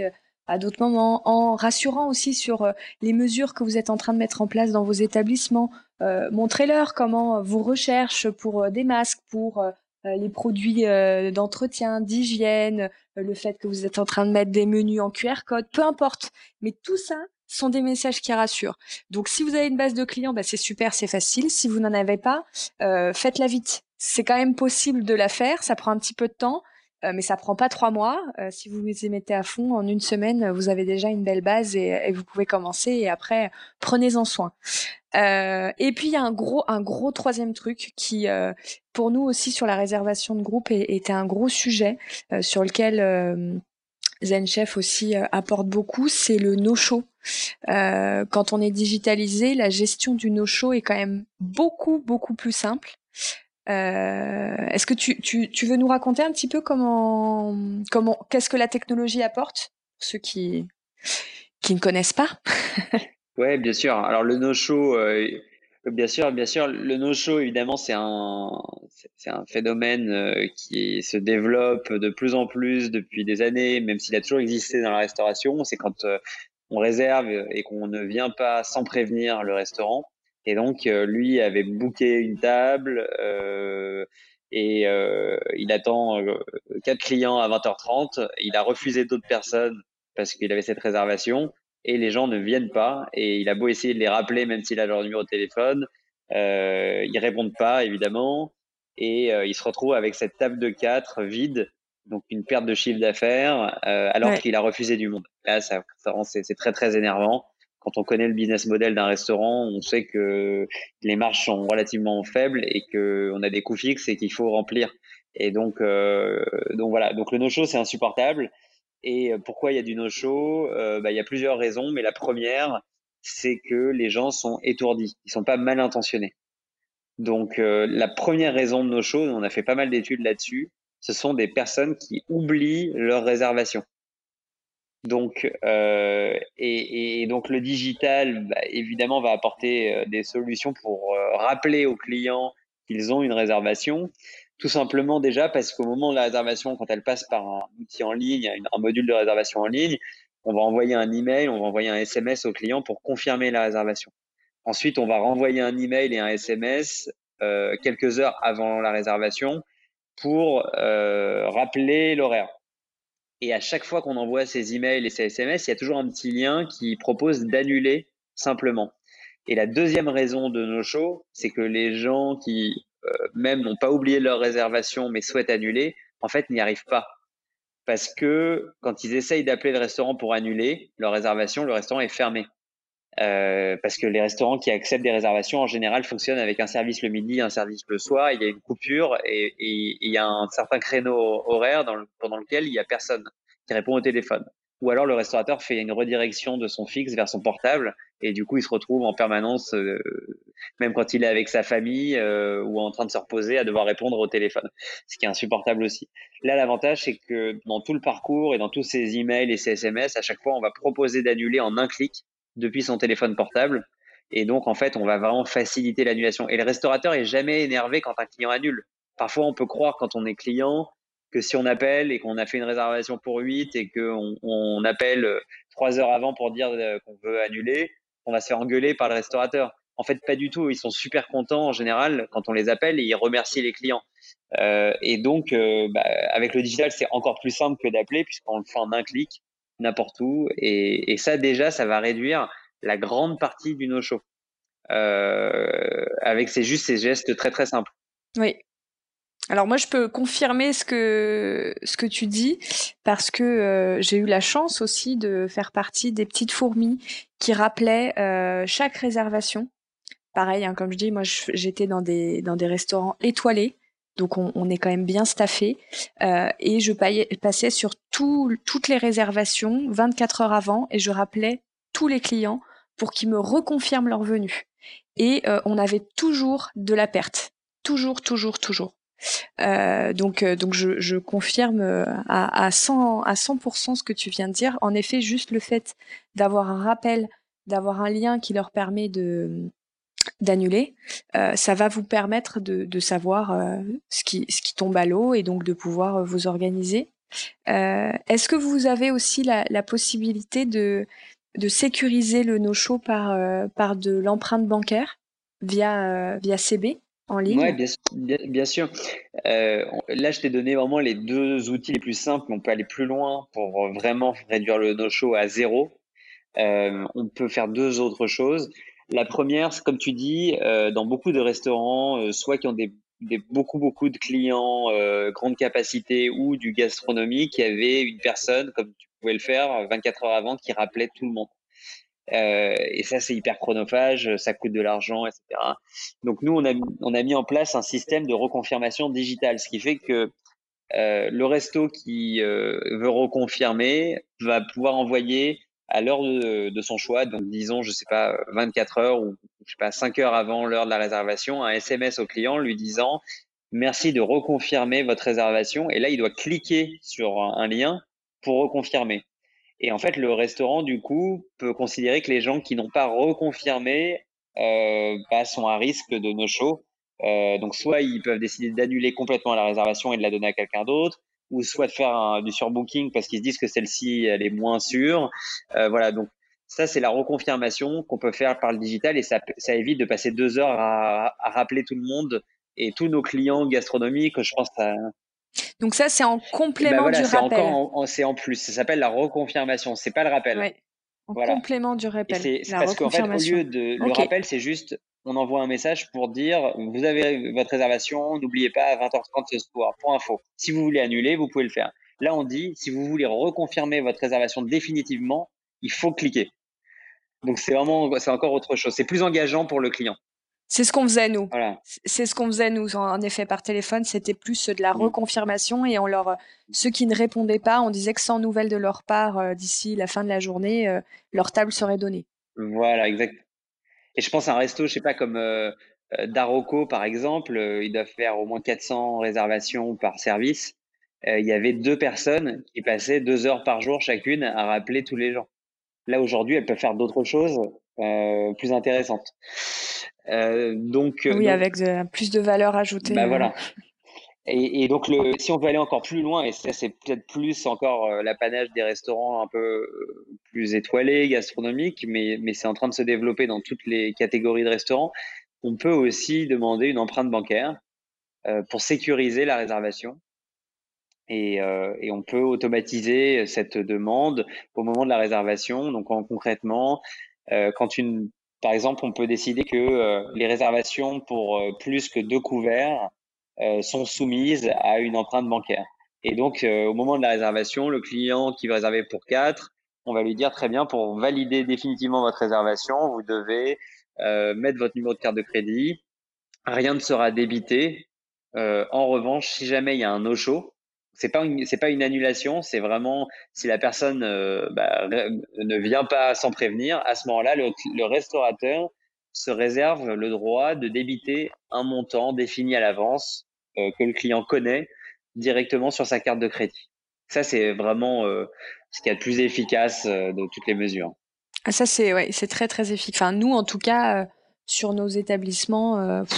à d'autres moments, en rassurant aussi sur les mesures que vous êtes en train de mettre en place dans vos établissements. Montrez-leur comment vos recherches pour des masques, pour les produits d'entretien, d'hygiène, le fait que vous êtes en train de mettre des menus en QR code, peu importe. Mais tout ça sont des messages qui rassurent. Donc si vous avez une base de clients, bah, c'est super, c'est facile. Si vous n'en avez pas, faites-la vite. C'est quand même possible de la faire, ça prend un petit peu de temps. Mais ça prend pas 3 mois. Si vous vous y mettez à fond, en une semaine, vous avez déjà une belle base et vous pouvez commencer. Et après, prenez-en soin. Et puis il y a un gros troisième truc qui, pour nous aussi sur la réservation de groupe, était un gros sujet sur lequel ZenChef aussi apporte beaucoup, c'est le no-show. Quand on est digitalisé, la gestion du no-show est quand même beaucoup plus simple. Est-ce que tu veux nous raconter un petit peu qu'est-ce que la technologie apporte pour ceux qui ne connaissent pas? Ouais, bien sûr. Alors le no-show, bien sûr, le no-show, évidemment, c'est un phénomène qui se développe de plus en plus depuis des années, même s'il a toujours existé dans la restauration. C'est quand on réserve et qu'on ne vient pas sans prévenir le restaurant. Et donc, lui avait booké une table et il attend 4 clients à 20h30. Il a refusé d'autres personnes parce qu'il avait cette réservation et les gens ne viennent pas. Et il a beau essayer de les rappeler, même s'il a leur numéro de téléphone, ils répondent pas, évidemment. Et il se retrouve avec cette table de 4 vide, donc une perte de chiffre d'affaires, alors Ouais. qu'il a refusé du monde. Là, c'est très énervant. Quand on connaît le business model d'un restaurant, on sait que les marges sont relativement faibles et qu'on a des coûts fixes et qu'il faut remplir. Et donc voilà. Donc le no-show, c'est insupportable. Et pourquoi il y a du no-show? Il y a plusieurs raisons, mais la première, c'est que les gens sont étourdis. Ils sont pas mal intentionnés. Donc la première raison de no-show, on a fait pas mal d'études là-dessus, ce sont des personnes qui oublient leur réservation. Donc, et donc le digital, évidemment, va apporter des solutions pour rappeler aux clients qu'ils ont une réservation. Tout simplement déjà parce qu'au moment de la réservation, quand elle passe par un outil en ligne, un module de réservation en ligne, on va envoyer un email, on va envoyer un SMS au client pour confirmer la réservation. Ensuite, on va renvoyer un email et un SMS quelques heures avant la réservation pour rappeler l'horaire. Et à chaque fois qu'on envoie ces emails et ces SMS, il y a toujours un petit lien qui propose d'annuler simplement. Et la deuxième raison de no-show, c'est que les gens qui même n'ont pas oublié leur réservation mais souhaitent annuler, en fait, n'y arrivent pas. Parce que quand ils essayent d'appeler le restaurant pour annuler leur réservation, le restaurant est fermé. Parce que les restaurants qui acceptent des réservations en général fonctionnent avec un service le midi, un service le soir. Il y a une coupure et il y a un certain créneau horaire pendant lequel il y a personne qui répond au téléphone. Ou alors le restaurateur fait une redirection de son fixe vers son portable et du coup il se retrouve en permanence, même quand il est avec sa famille ou en train de se reposer, à devoir répondre au téléphone, ce qui est insupportable aussi. Là, l'avantage c'est que dans tout le parcours et dans tous ces emails et ces SMS, à chaque fois on va proposer d'annuler en un clic depuis son téléphone portable. Et donc, en fait, on va vraiment faciliter l'annulation. Et le restaurateur est jamais énervé quand un client annule. Parfois, on peut croire quand on est client que si on appelle et qu'on a fait une réservation pour 8 et qu'on appelle 3 heures avant pour dire qu'on veut annuler, on va se faire engueuler par le restaurateur. En fait, pas du tout. Ils sont super contents en général quand on les appelle et ils remercient les clients. Et donc, avec le digital, c'est encore plus simple que d'appeler puisqu'on le fait en un clic n'importe où. Et ça, déjà, ça va réduire la grande partie du no-show. Avec juste ces gestes très simples. Oui. Alors moi, je peux confirmer ce que tu dis parce que j'ai eu la chance aussi de faire partie des petites fourmis qui rappelaient chaque réservation. Pareil, hein, comme je dis, moi j'étais dans des restaurants étoilés, donc on est quand même bien staffé, et je passais sur toutes les réservations 24 heures avant et je rappelais tous les clients pour qu'ils me reconfirment leur venue. Et on avait toujours de la perte, toujours. Donc je confirme à 100% ce que tu viens de dire. En effet, juste le fait d'avoir un rappel, d'avoir un lien qui leur permet d'annuler, ça va vous permettre de savoir ce qui tombe à l'eau et donc de pouvoir vous organiser. Est-ce que vous avez aussi la possibilité de sécuriser le no-show par de l'empreinte bancaire via CB en Ouais, ligne? bien sûr. Là, je t'ai donné vraiment les deux outils les plus simples. On peut aller plus loin pour vraiment réduire le no-show à zéro. On peut faire deux autres choses. La première, c'est comme tu dis, dans beaucoup de restaurants, soit qui ont beaucoup de clients, grande capacité ou du gastronomique, il y avait une personne, comme tu pouvais le faire, 24 heures avant, qui rappelait tout le monde. Et ça, c'est hyper chronophage, ça coûte de l'argent, etc. Donc nous, on a mis en place un système de reconfirmation digitale, ce qui fait que le resto qui veut reconfirmer va pouvoir envoyer à l'heure de son choix, donc disons, je sais pas, 24 heures ou je sais pas, 5 heures avant l'heure de la réservation, un SMS au client lui disant merci de reconfirmer votre réservation. Et là, il doit cliquer sur un lien pour reconfirmer. Et en fait, le restaurant, du coup, peut considérer que les gens qui n'ont pas reconfirmé sont à risque de no-show. Donc, soit ils peuvent décider d'annuler complètement la réservation et de la donner à quelqu'un d'autre, ou soit de faire du surbooking parce qu'ils se disent que celle-ci, elle est moins sûre. Voilà, donc ça, c'est la reconfirmation qu'on peut faire par le digital et ça évite de passer 2 heures à rappeler tout le monde et tous nos clients gastronomiques. Je pense à Donc ça, c'est en et ben complément voilà, du c'est encore rappel. c'est en plus. Ça s'appelle la reconfirmation. C'est pas le rappel. Ouais, en Voilà. complément du Et rappel, c'est la parce qu'en fait, au reconfirmation. lieu de le OK. rappel, c'est juste, on envoie un message pour dire, vous avez votre réservation, n'oubliez pas à 20h30 ce soir, pour info. Si vous voulez annuler, vous pouvez le faire. Là, on dit, si vous voulez reconfirmer votre réservation définitivement, il faut cliquer. Donc c'est encore autre chose. C'est plus engageant pour le client. C'est ce qu'on faisait nous. Voilà. C'est ce qu'on faisait nous, en effet, par téléphone, c'était plus de la Mm. reconfirmation et ceux qui ne répondaient pas, on disait que sans nouvelles de leur part d'ici la fin de la journée, leur table serait donnée. Voilà, exact. Et je pense à un resto, je sais pas, comme Daroco, par exemple, ils doivent faire au moins 400 réservations par service. Il y avait 2 personnes qui passaient 2 heures par jour chacune à rappeler tous les gens. Là, aujourd'hui, elles peuvent faire d'autres choses plus intéressantes. Oui, Donc, avec plus de valeur ajoutée. bah voilà. Et donc, si on veut aller encore plus loin, et ça, c'est peut-être plus encore l'apanage des restaurants un peu plus étoilés, gastronomiques, mais c'est en train de se développer dans toutes les catégories de restaurants. On peut aussi demander une empreinte bancaire pour sécuriser la réservation. Et on peut automatiser cette demande au moment de la réservation. Donc, concrètement, quand par exemple, on peut décider que les réservations pour plus que 2 couverts sont soumises à une empreinte bancaire. Et donc, au moment de la réservation, le client qui va réserver pour 4, on va lui dire très bien, pour valider définitivement votre réservation, vous devez mettre votre numéro de carte de crédit. Rien ne sera débité. En revanche, si jamais il y a un no-show, c'est pas une annulation, c'est vraiment si la personne ne vient pas sans prévenir, à ce moment-là, le restaurateur se réserve le droit de débiter un montant défini à l'avance que le client connaît directement sur sa carte de crédit. Ça, c'est vraiment ce qu'il y a de plus efficace de toutes les mesures. Ah, ça, c'est très très efficace. Enfin, nous, en tout cas, sur nos établissements,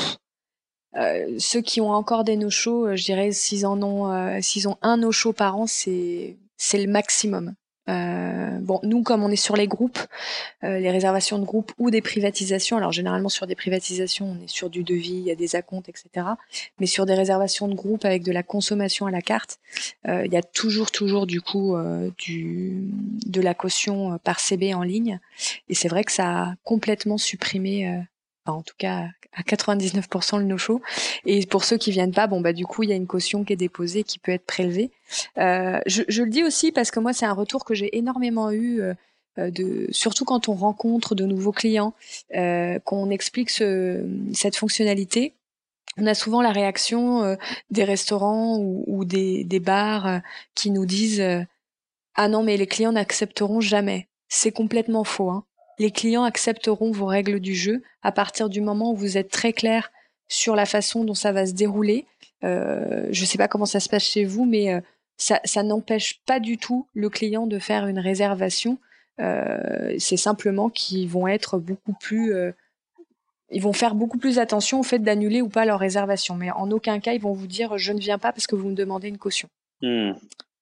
ceux qui ont encore des no-shows, je dirais s'ils ont un no-show par an, c'est le maximum. Bon, nous, comme on est sur les groupes, les réservations de groupes ou des privatisations, alors généralement sur des privatisations, on est sur du devis, il y a des acomptes, etc. Mais sur des réservations de groupe avec de la consommation à la carte, il y a toujours du coup de la caution par CB en ligne. Et c'est vrai que ça a complètement supprimé, en tout cas à 99% le no-show. Et pour ceux qui viennent pas, bon bah du coup il y a une caution qui est déposée qui peut être prélevée. Je le dis aussi parce que moi c'est un retour que j'ai énormément eu surtout quand on rencontre de nouveaux clients, qu'on explique cette fonctionnalité. On a souvent la réaction des restaurants ou des bars qui nous disent ah non mais les clients n'accepteront jamais. C'est complètement faux, hein. Les clients accepteront vos règles du jeu à partir du moment où vous êtes très clair sur la façon dont ça va se dérouler. Je sais pas comment ça se passe chez vous, mais ça n'empêche pas du tout le client de faire une réservation. C'est simplement qu'ils vont être beaucoup plus, ils vont faire beaucoup plus attention au fait d'annuler ou pas leur réservation. Mais en aucun cas, ils vont vous dire je ne viens pas parce que vous me demandez une caution. Hmm.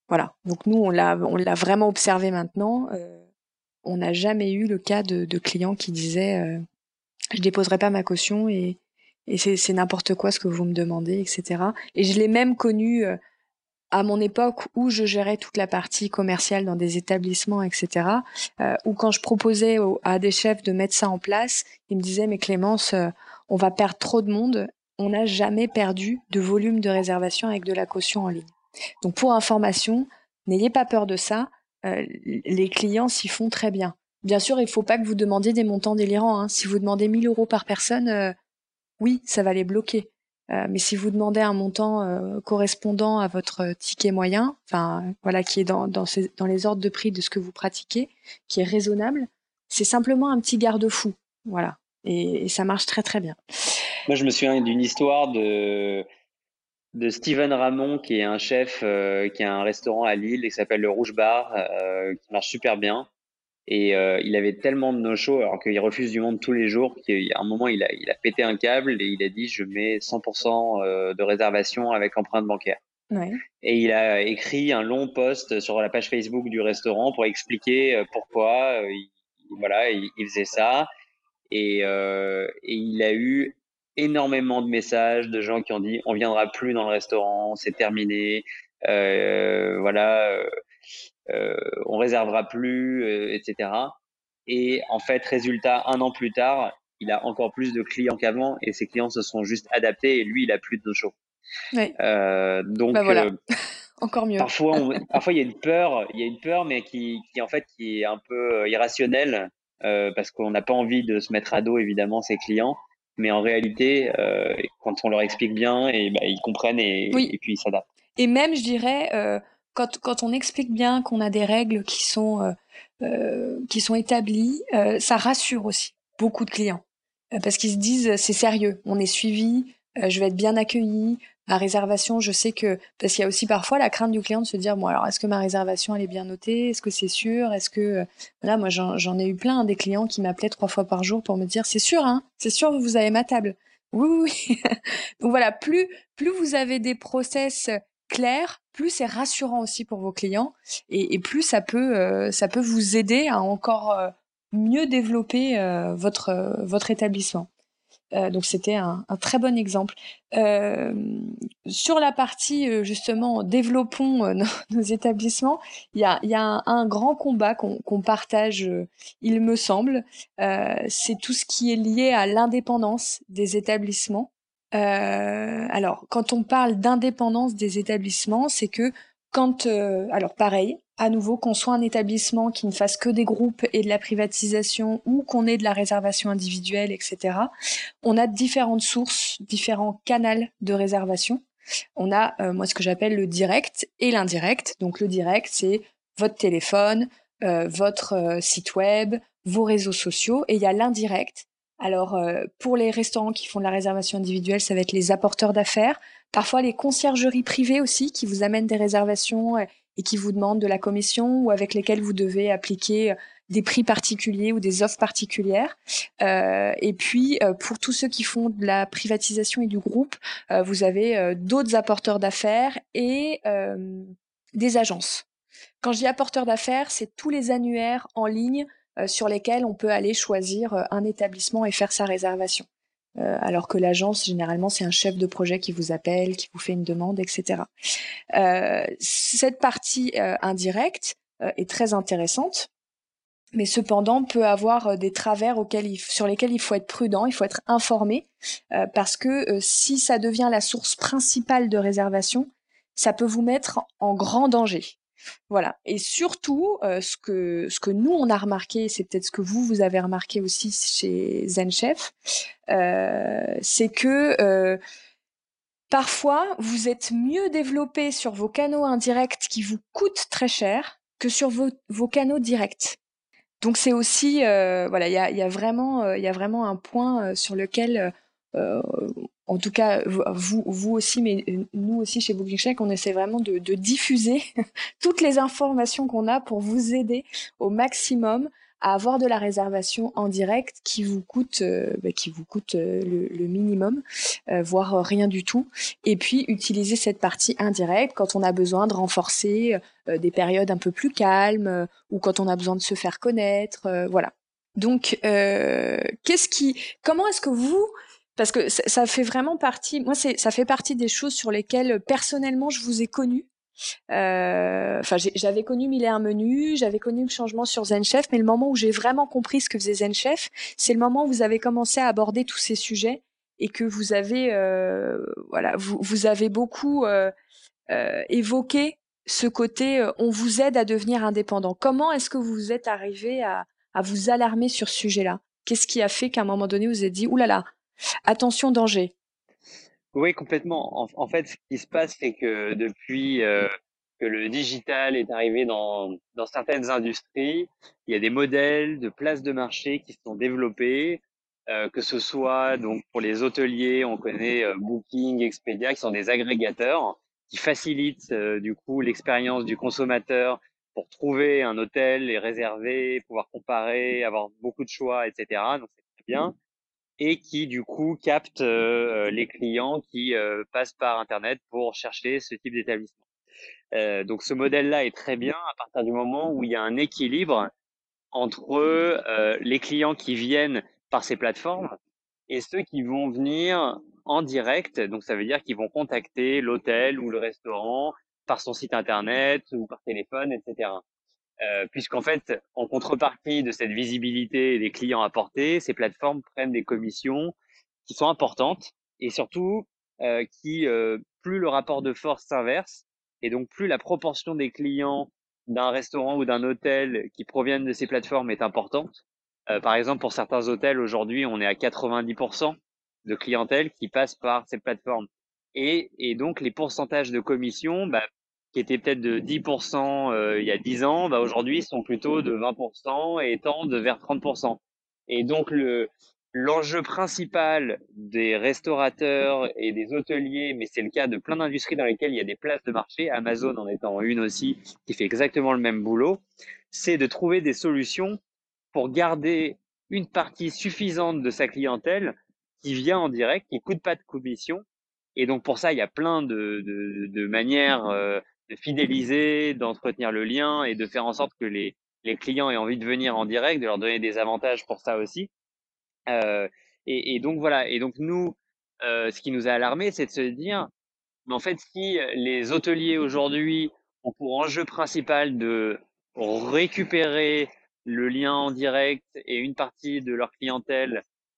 Voilà. Donc nous, on l'a vraiment observé maintenant. On n'a jamais eu le cas de clients qui disaient je déposerai pas ma caution et c'est n'importe quoi ce que vous me demandez, etc. Et je l'ai même connu à mon époque où je gérais toute la partie commerciale dans des établissements, etc. Où quand je proposais à des chefs de mettre ça en place, ils me disaient mais Clémence, on va perdre trop de monde. On n'a jamais perdu de volume de réservation avec de la caution en ligne. Donc pour information, n'ayez pas peur de ça. Les clients s'y font très bien. Bien sûr, il ne faut pas que vous demandiez des montants délirants, hein. Si vous demandez 1 000 euros par personne, oui, ça va les bloquer. Mais si vous demandez un montant correspondant à votre ticket moyen, enfin voilà, qui est dans les ordres de prix de ce que vous pratiquez, qui est raisonnable, c'est simplement un petit garde-fou, voilà. Et ça marche très très bien. Moi, je me souviens d'une histoire de Steven Ramon, qui est un chef qui a un restaurant à Lille et qui s'appelle le Rouge Bar, qui marche super bien. Et il avait tellement de no-show, alors qu'il refuse du monde tous les jours, qu'à un moment, il a pété un câble et il a dit, je mets 100% de réservation avec empreinte bancaire. Ouais. Et il a écrit un long post sur la page Facebook du restaurant pour expliquer pourquoi il faisait ça. Et il a eu énormément de messages de gens qui ont dit, on viendra plus dans le restaurant, c'est terminé, on réservera plus, etc. Et en fait, résultat, 1 an plus tard, il a encore plus de clients qu'avant et ses clients se sont juste adaptés et lui, il a plus de no-show. Ouais. Donc, bah voilà. Encore mieux. parfois, il y a une peur, mais qui en fait, qui est un peu irrationnelle parce qu'on n'a pas envie de se mettre à dos, évidemment, ses clients. Mais en réalité, quand on leur explique bien, ils comprennent Oui. et puis ils s'adaptent. Et même, je dirais, quand on explique bien qu'on a des règles qui sont établies, ça rassure aussi beaucoup de clients. Parce qu'ils se disent, c'est sérieux, on est suivi, je vais être bien accueilli. Ma réservation, je sais que... Parce qu'il y a aussi parfois la crainte du client de se dire, bon, alors, est-ce que ma réservation, elle est bien notée? Est-ce que c'est sûr? Est-ce que... Voilà, moi, j'en ai eu plein, hein, des clients qui m'appelaient 3 fois par jour pour me dire, c'est sûr, hein? C'est sûr, vous avez ma table. Oui, oui, oui. Donc voilà, plus vous avez des process clair, plus c'est rassurant aussi pour vos clients et plus ça peut vous aider à encore mieux développer votre établissement. Donc c'était un très bon exemple. Sur la partie justement développons nos établissements, il y a un grand combat qu'on partage, il me semble, c'est tout ce qui est lié à l'indépendance des établissements. Alors, quand on parle d'indépendance des établissements, c'est que alors pareil, à nouveau, qu'on soit un établissement qui ne fasse que des groupes et de la privatisation ou qu'on ait de la réservation individuelle, etc., on a différentes sources, différents canaux de réservation. On a, moi, ce que j'appelle le direct et l'indirect. Donc, le direct, c'est votre téléphone, votre site web, vos réseaux sociaux. Et il y a l'indirect. Alors, pour les restaurants qui font de la réservation individuelle, ça va être les apporteurs d'affaires. Parfois, les conciergeries privées aussi qui vous amènent des réservations et qui vous demandent de la commission ou avec lesquelles vous devez appliquer des prix particuliers ou des offres particulières. Et puis, pour tous ceux qui font de la privatisation et du groupe, vous avez d'autres apporteurs d'affaires et des agences. Quand je dis apporteurs d'affaires, c'est tous les annuaires en ligne sur lesquels on peut aller choisir un établissement et faire sa réservation. Alors que l'agence, généralement, c'est un chef de projet qui vous appelle, qui vous fait une demande, etc. Cette partie indirecte est très intéressante, mais cependant peut avoir des travers sur lesquels il faut être prudent, il faut être informé, parce que si ça devient la source principale de réservation, ça peut vous mettre en grand danger. Voilà. Et surtout, ce que nous on a remarqué, c'est peut-être ce que vous avez remarqué aussi chez ZenChef, c'est que parfois vous êtes mieux développé sur vos canaux indirects qui vous coûtent très cher que sur vos canaux directs. Donc c'est aussi voilà, il y a vraiment un point sur lequel en tout cas vous aussi, mais nous aussi chez Booking Check, on essaie vraiment de diffuser toutes les informations qu'on a pour vous aider au maximum à avoir de la réservation en direct qui vous coûte le minimum, voire rien du tout. Et puis utiliser cette partie indirecte quand on a besoin de renforcer des périodes un peu plus calmes ou quand on a besoin de se faire connaître, voilà. Donc, comment est-ce que vous, parce que ça fait vraiment partie, moi, ça fait partie des choses sur lesquelles personnellement je vous ai connu. Enfin, j'avais connu Mille et un menus, j'avais connu le changement sur Zen Chef, mais le moment où j'ai vraiment compris ce que faisait Zen Chef, c'est le moment où vous avez commencé à aborder tous ces sujets et que vous avez, voilà, vous avez beaucoup évoqué ce côté, on vous aide à devenir indépendant. Comment est-ce que vous êtes arrivé à vous alarmer sur ce sujet-là? Qu'est-ce qui a fait qu'à un moment donné, vous vous êtes dit, ouh là là, attention, danger? Oui, complètement. En fait, ce qui se passe, c'est que depuis que le digital est arrivé dans certaines industries, il y a des modèles de places de marché qui se sont développés, que ce soit donc pour les hôteliers, on connaît Booking, Expedia, qui sont des agrégateurs qui facilitent du coup l'expérience du consommateur pour trouver un hôtel et réserver, pouvoir comparer, avoir beaucoup de choix, etc. Donc c'est très bien et qui du coup capte les clients qui passent par Internet pour chercher ce type d'établissement. Donc ce modèle-là est très bien à partir du moment où il y a un équilibre entre les clients qui viennent par ces plateformes et ceux qui vont venir en direct. Donc ça veut dire qu'ils vont contacter l'hôtel ou le restaurant par son site internet ou par téléphone, etc. Puisqu'en fait, en contrepartie de cette visibilité des clients apportés, ces plateformes prennent des commissions qui sont importantes et surtout plus le rapport de force s'inverse et donc plus la proportion des clients d'un restaurant ou d'un hôtel qui proviennent de ces plateformes est importante. Par exemple, pour certains hôtels aujourd'hui, on est à 90% de clientèle qui passe par ces plateformes. Et donc les pourcentages de commission, qui étaient peut-être de 10% il y a 10 ans, aujourd'hui sont plutôt de 20% et tendent vers 30%. Et donc l'enjeu principal des restaurateurs et des hôteliers, mais c'est le cas de plein d'industries dans lesquelles il y a des places de marché, Amazon en étant une aussi, qui fait exactement le même boulot, c'est de trouver des solutions pour garder une partie suffisante de sa clientèle qui vient en direct, qui coûte pas de commission. Et donc pour ça, il y a plein de manières de fidéliser, d'entretenir le lien et de faire en sorte que les clients aient envie de venir en direct, de leur donner des avantages pour ça aussi. Et donc voilà. Et donc nous, ce qui nous a alarmé, c'est de se dire, mais en fait, si les hôteliers aujourd'hui ont pour enjeu principal de récupérer le lien en direct et une partie de leur clientèle,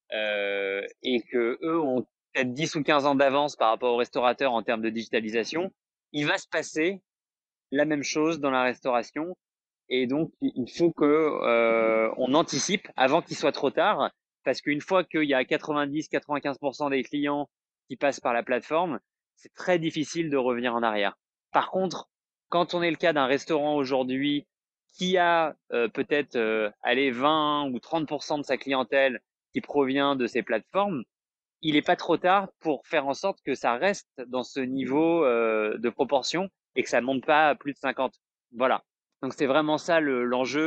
et que eux ont peut-être 10 ou 15 ans d'avance par rapport aux restaurateurs en termes de digitalisation, il va se passer la même chose dans la restauration. Et donc, il faut que on anticipe avant qu'il soit trop tard, parce qu'une fois qu'il y a 90-95% des clients qui passent par la plateforme, c'est très difficile de revenir en arrière. Par contre, quand on est le cas d'un restaurant aujourd'hui qui a peut-être 20 ou 30% de sa clientèle qui provient de ces plateformes, il n'est pas trop tard pour faire en sorte que ça reste dans ce niveau de proportion et que ça ne monte pas à plus de 50. Voilà. Donc c'est vraiment ça l'enjeu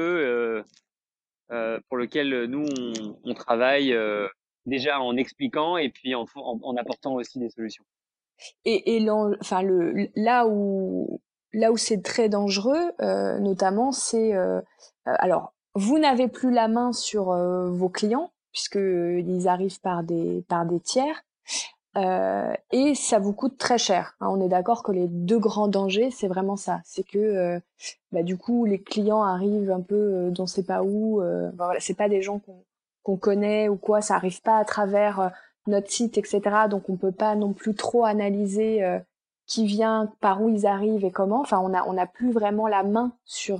pour lequel nous on travaille déjà en expliquant et puis en apportant aussi des solutions. Enfin là où c'est très dangereux, notamment, c'est alors vous n'avez plus la main sur vos clients puisque ils arrivent par des tiers. Et ça vous coûte très cher, hein. On est d'accord que les deux grands dangers, c'est vraiment ça. C'est que du coup, les clients arrivent un peu d'on sait pas où. Voilà, c'est pas des gens qu'on connaît ou quoi. Ça arrive pas à travers notre site, etc. Donc on peut pas non plus trop analyser qui vient, par où ils arrivent et comment. Enfin, on a plus vraiment la main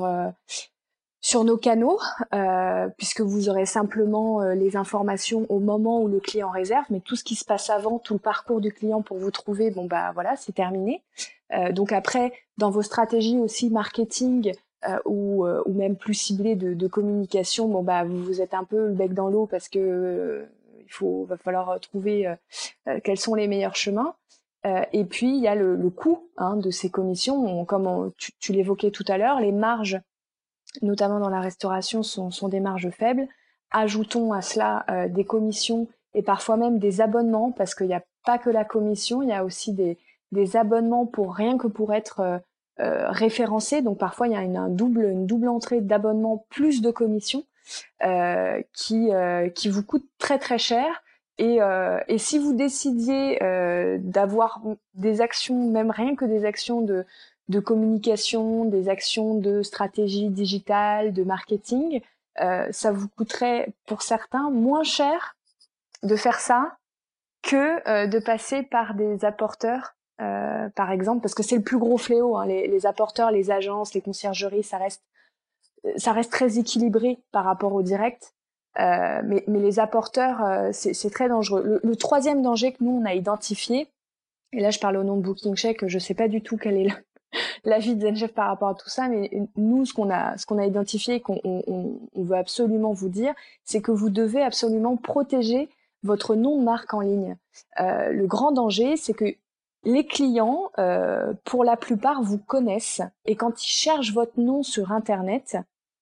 sur nos canaux, puisque vous aurez simplement les informations au moment où le client réserve, mais tout ce qui se passe avant, tout le parcours du client pour vous trouver, voilà, c'est terminé. Donc après, dans vos stratégies aussi marketing ou même plus ciblées de communication, vous êtes un peu le bec dans l'eau parce que va falloir trouver quels sont les meilleurs chemins. Et puis il y a le coût de ces commissions, tu l'évoquais tout à l'heure, les marges notamment dans la restauration, sont des marges faibles. Ajoutons à cela des commissions et parfois même des abonnements, parce qu'il n'y a pas que la commission, il y a aussi des abonnements pour rien que pour être référencé. Donc parfois il y a une double entrée d'abonnement plus de commission qui vous coûte très très cher. Et si vous décidiez d'avoir des actions, même rien que des actions de communication, des actions de stratégie digitale, de marketing, ça vous coûterait pour certains moins cher de faire ça que de passer par des apporteurs, par exemple, parce que c'est le plus gros fléau, hein, les apporteurs, les agences, les conciergeries, ça reste très équilibré par rapport au direct. Mais les apporteurs, c'est très dangereux. Le troisième danger que nous, on a identifié, et là je parle au nom de Booking Check, je sais pas du tout quel est l'avis de ZenChef par rapport à tout ça, mais nous, ce qu'on a identifié et qu'on veut absolument vous dire, c'est que vous devez absolument protéger votre nom de marque en ligne. Le grand danger, c'est que les clients, pour la plupart, vous connaissent, et quand ils cherchent votre nom sur Internet,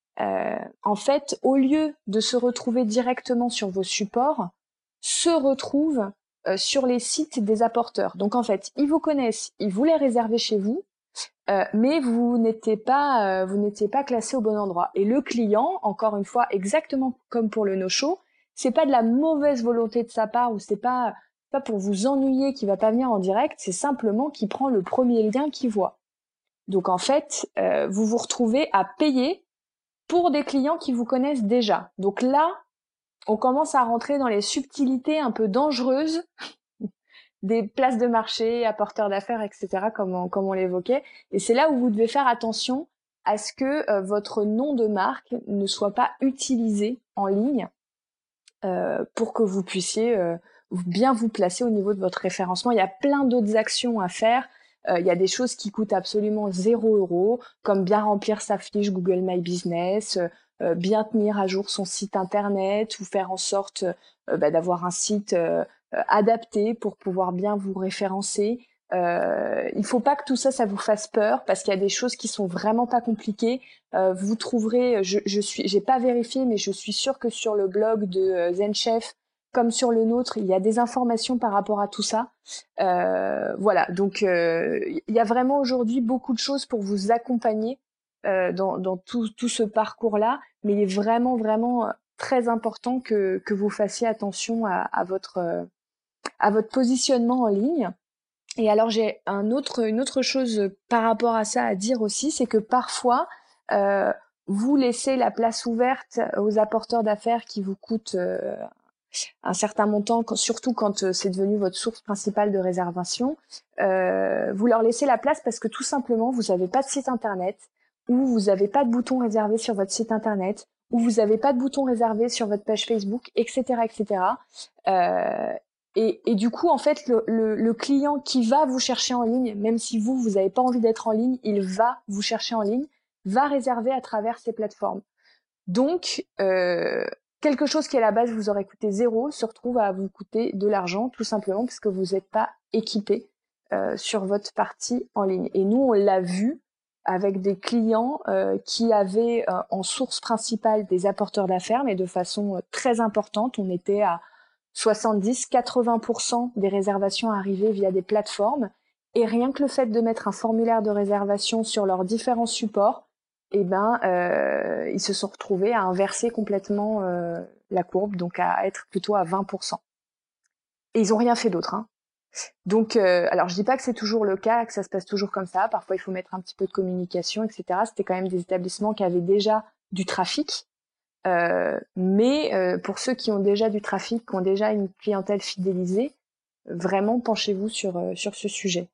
en fait, au lieu de se retrouver directement sur vos supports, se retrouvent sur les sites des apporteurs. Donc en fait, ils vous connaissent, ils voulaient réserver chez vous, mais vous n'étiez pas classé au bon endroit. Et le client, encore une fois, exactement comme pour le no-show, c'est pas de la mauvaise volonté de sa part, ou c'est pas pour vous ennuyer qu'il va pas venir en direct, c'est simplement qu'il prend le premier lien qu'il voit. Donc en fait, vous vous retrouvez à payer pour des clients qui vous connaissent déjà. Donc là, on commence à rentrer dans les subtilités un peu dangereuses des places de marché, apporteurs d'affaires, etc., comme on l'évoquait. Et c'est là où vous devez faire attention à ce que votre nom de marque ne soit pas utilisé en ligne pour que vous puissiez bien vous placer au niveau de votre référencement. Il y a plein d'autres actions à faire. Il y a des choses qui coûtent absolument 0 €, comme bien remplir sa fiche Google My Business, bien tenir à jour son site internet, ou faire en sorte d'avoir un site adapté pour pouvoir bien vous référencer. Il faut pas que tout ça vous fasse peur, parce qu'il y a des choses qui sont vraiment pas compliquées. Vous trouverez, j'ai pas vérifié, mais je suis sûre que sur le blog de ZenChef, comme sur le nôtre, il y a des informations par rapport à tout ça. Voilà, donc il y a vraiment aujourd'hui beaucoup de choses pour vous accompagner dans tout ce parcours-là, mais il est vraiment, vraiment très important que vous fassiez attention à votre positionnement en ligne. Et alors j'ai une autre chose par rapport à ça à dire aussi, c'est que parfois vous laissez la place ouverte aux apporteurs d'affaires qui vous coûtent un certain montant, surtout quand c'est devenu votre source principale de réservation. Vous leur laissez la place parce que tout simplement vous n'avez pas de site internet, ou vous n'avez pas de bouton réservé sur votre site internet, ou vous n'avez pas de bouton réservé sur votre page Facebook, etc., etc. Et du coup, en fait, le client qui va vous chercher en ligne, même si vous n'avez pas envie d'être en ligne, il va vous chercher en ligne, va réserver à travers ces plateformes. Donc, quelque chose qui à la base vous aurait coûté 0 se retrouve à vous coûter de l'argent, tout simplement parce que vous n'êtes pas équipé sur votre partie en ligne. Et nous, on l'a vu avec des clients qui avaient en source principale des apporteurs d'affaires, mais de façon très importante. On était à 70-80% des réservations arrivaient via des plateformes. Et rien que le fait de mettre un formulaire de réservation sur leurs différents supports, ils se sont retrouvés à inverser complètement la courbe, donc à être plutôt à 20%. Et ils ont rien fait d'autre, hein. Donc, alors je dis pas que c'est toujours le cas, que ça se passe toujours comme ça. Parfois, il faut mettre un petit peu de communication, etc. C'était quand même des établissements qui avaient déjà du trafic. Mais pour ceux qui ont déjà du trafic, qui ont déjà une clientèle fidélisée, vraiment penchez-vous sur ce sujet.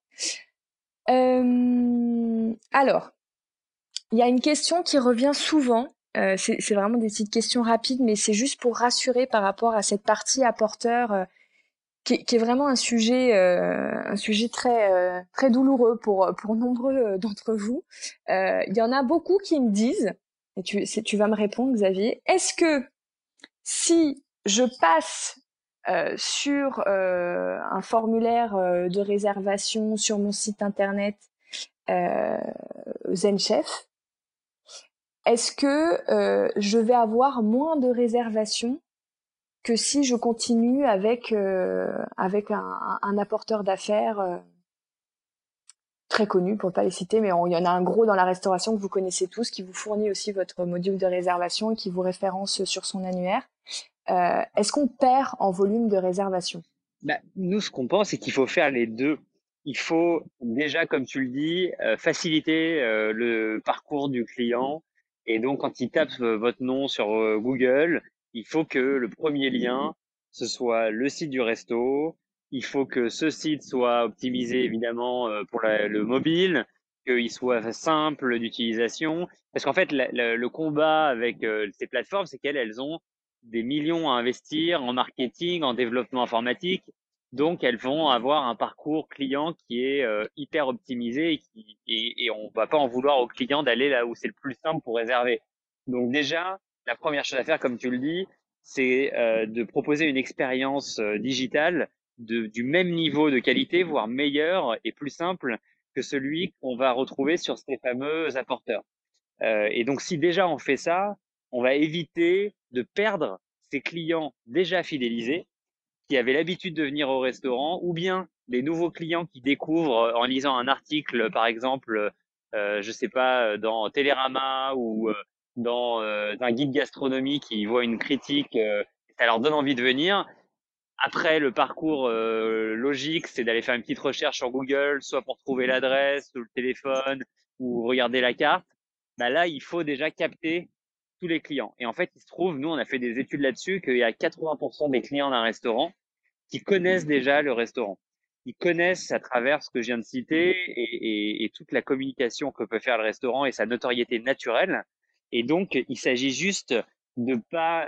Alors, il y a une question qui revient souvent. C'est vraiment des petites questions rapides, mais c'est juste pour rassurer par rapport à cette partie apporteur qui est vraiment un sujet très très douloureux pour nombreux d'entre vous. Il y en a beaucoup qui me disent, et tu vas me répondre, Xavier, est-ce que si je passe sur un formulaire de réservation sur mon site internet ZenChef, est-ce que je vais avoir moins de réservations que si je continue avec un apporteur d'affaires très connu, pour ne pas les citer, mais il y en a un gros dans la restauration que vous connaissez tous, qui vous fournit aussi votre module de réservation et qui vous référence sur son annuaire. Est-ce qu'on perd en volume de réservation? Nous, ce qu'on pense, c'est qu'il faut faire les deux. Il faut déjà, comme tu le dis, faciliter le parcours du client. Et donc, quand il tape votre nom sur Google, il faut que le premier lien, ce soit le site du resto. Il faut que ce site soit optimisé, évidemment, pour le mobile, qu'il soit simple d'utilisation. Parce qu'en fait, le combat avec ces plateformes, c'est qu'elles ont des millions à investir en marketing, en développement informatique. Donc, elles vont avoir un parcours client qui est hyper optimisé et on va pas en vouloir aux clients d'aller là où c'est le plus simple pour réserver. Donc déjà, la première chose à faire, comme tu le dis, c'est de proposer une expérience digitale du même niveau de qualité, voire meilleur et plus simple que celui qu'on va retrouver sur ces fameux apporteurs. Et donc, si déjà on fait ça, on va éviter de perdre ces clients déjà fidélisés qui avaient l'habitude de venir au restaurant, ou bien des nouveaux clients qui découvrent en lisant un article, par exemple, je sais pas, dans Télérama ou dans un guide gastronomique, qui voient une critique, ça leur donne envie de venir. Après, le parcours logique, c'est d'aller faire une petite recherche sur Google, soit pour trouver l'adresse ou le téléphone ou regarder la carte. Là, il faut déjà capter tous les clients. Et en fait, il se trouve, nous, on a fait des études là-dessus, qu'il y a 80% des clients d'un restaurant qui connaissent déjà le restaurant. Ils connaissent à travers ce que je viens de citer et toute la communication que peut faire le restaurant et sa notoriété naturelle. Et donc, il s'agit juste de pas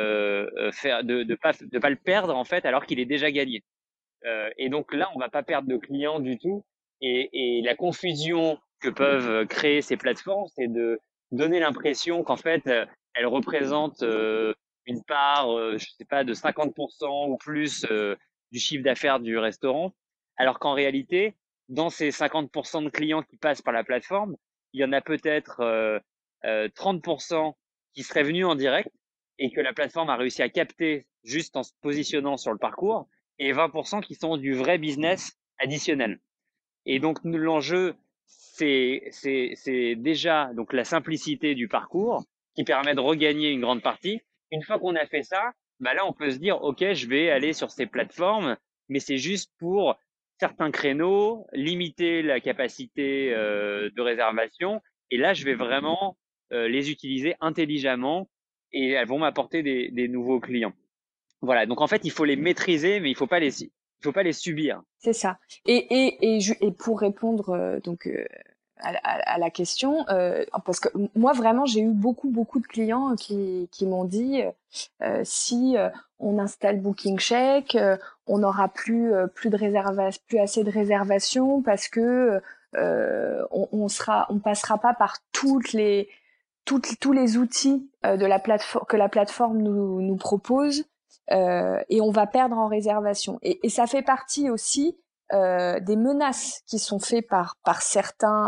de pas le perdre en fait alors qu'il est déjà gagné. Et donc là, on va pas perdre de clients du tout. Et la confusion que peuvent créer ces plateformes, c'est de donner l'impression qu'en fait, elles représentent une part, je sais pas, de 50% ou plus du chiffre d'affaires du restaurant, alors qu'en réalité, dans ces 50% de clients qui passent par la plateforme, il y en a peut-être 30% qui seraient venus en direct et que la plateforme a réussi à capter juste en se positionnant sur le parcours, et 20% qui sont du vrai business additionnel. Et donc l'enjeu, c'est déjà donc la simplicité du parcours qui permet de regagner une grande partie. Une fois qu'on a fait ça, là on peut se dire ok, je vais aller sur ces plateformes, mais c'est juste pour certains créneaux, limiter la capacité de réservation. Et là, je vais vraiment les utiliser intelligemment et elles vont m'apporter des nouveaux clients. Voilà, donc en fait, il faut les maîtriser, mais il faut pas les subir. C'est ça. Et pour répondre à la question, parce que moi vraiment j'ai eu beaucoup de clients qui m'ont dit si on installe Booking Check, on n'aura plus plus assez de réservations parce que on passera pas par tous les outils de la plateforme que la plateforme nous propose. Et on va perdre en réservation. Et ça fait partie aussi des menaces qui sont faites par certains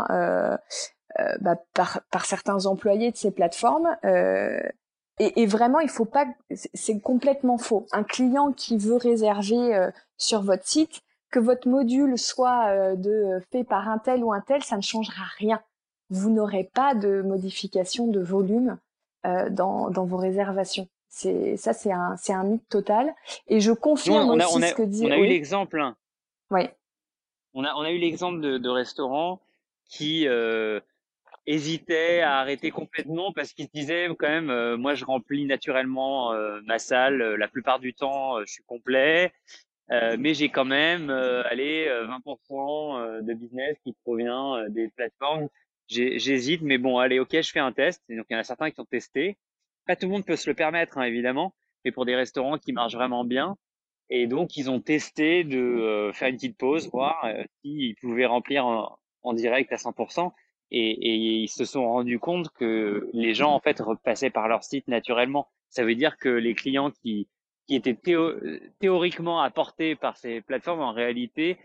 par certains employés de ces plateformes. Et vraiment, il faut pas. C'est complètement faux. Un client qui veut réserver sur votre site, que votre module soit fait par un tel ou un tel, ça ne changera rien. Vous n'aurez pas de modification de volume dans vos réservations. C'est un mythe total. Et je confirme aussi ce que dit. On a eu l'exemple. Oui. On a eu l'exemple de restaurants qui hésitaient à arrêter complètement parce qu'ils se disaient quand même, moi je remplis naturellement ma salle, la plupart du temps je suis complet, mais j'ai quand même 20% de business qui provient des plateformes. J'hésite, mais bon, allez, ok, je fais un test. Et donc il y en a certains qui ont testé. Pas tout le monde peut se le permettre, hein, évidemment, mais pour des restaurants qui marchent vraiment bien. Et donc, ils ont testé de faire une petite pause, voir s'ils pouvaient remplir en direct à 100%. Et ils se sont rendus compte que les gens, en fait, repassaient par leur site naturellement. Ça veut dire que les clients qui étaient théoriquement apportés par ces plateformes, en réalité,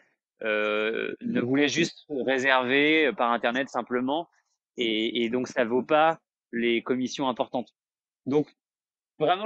ne voulaient juste réserver par Internet simplement. Et donc, ça vaut pas les commissions importantes. Donc, vraiment,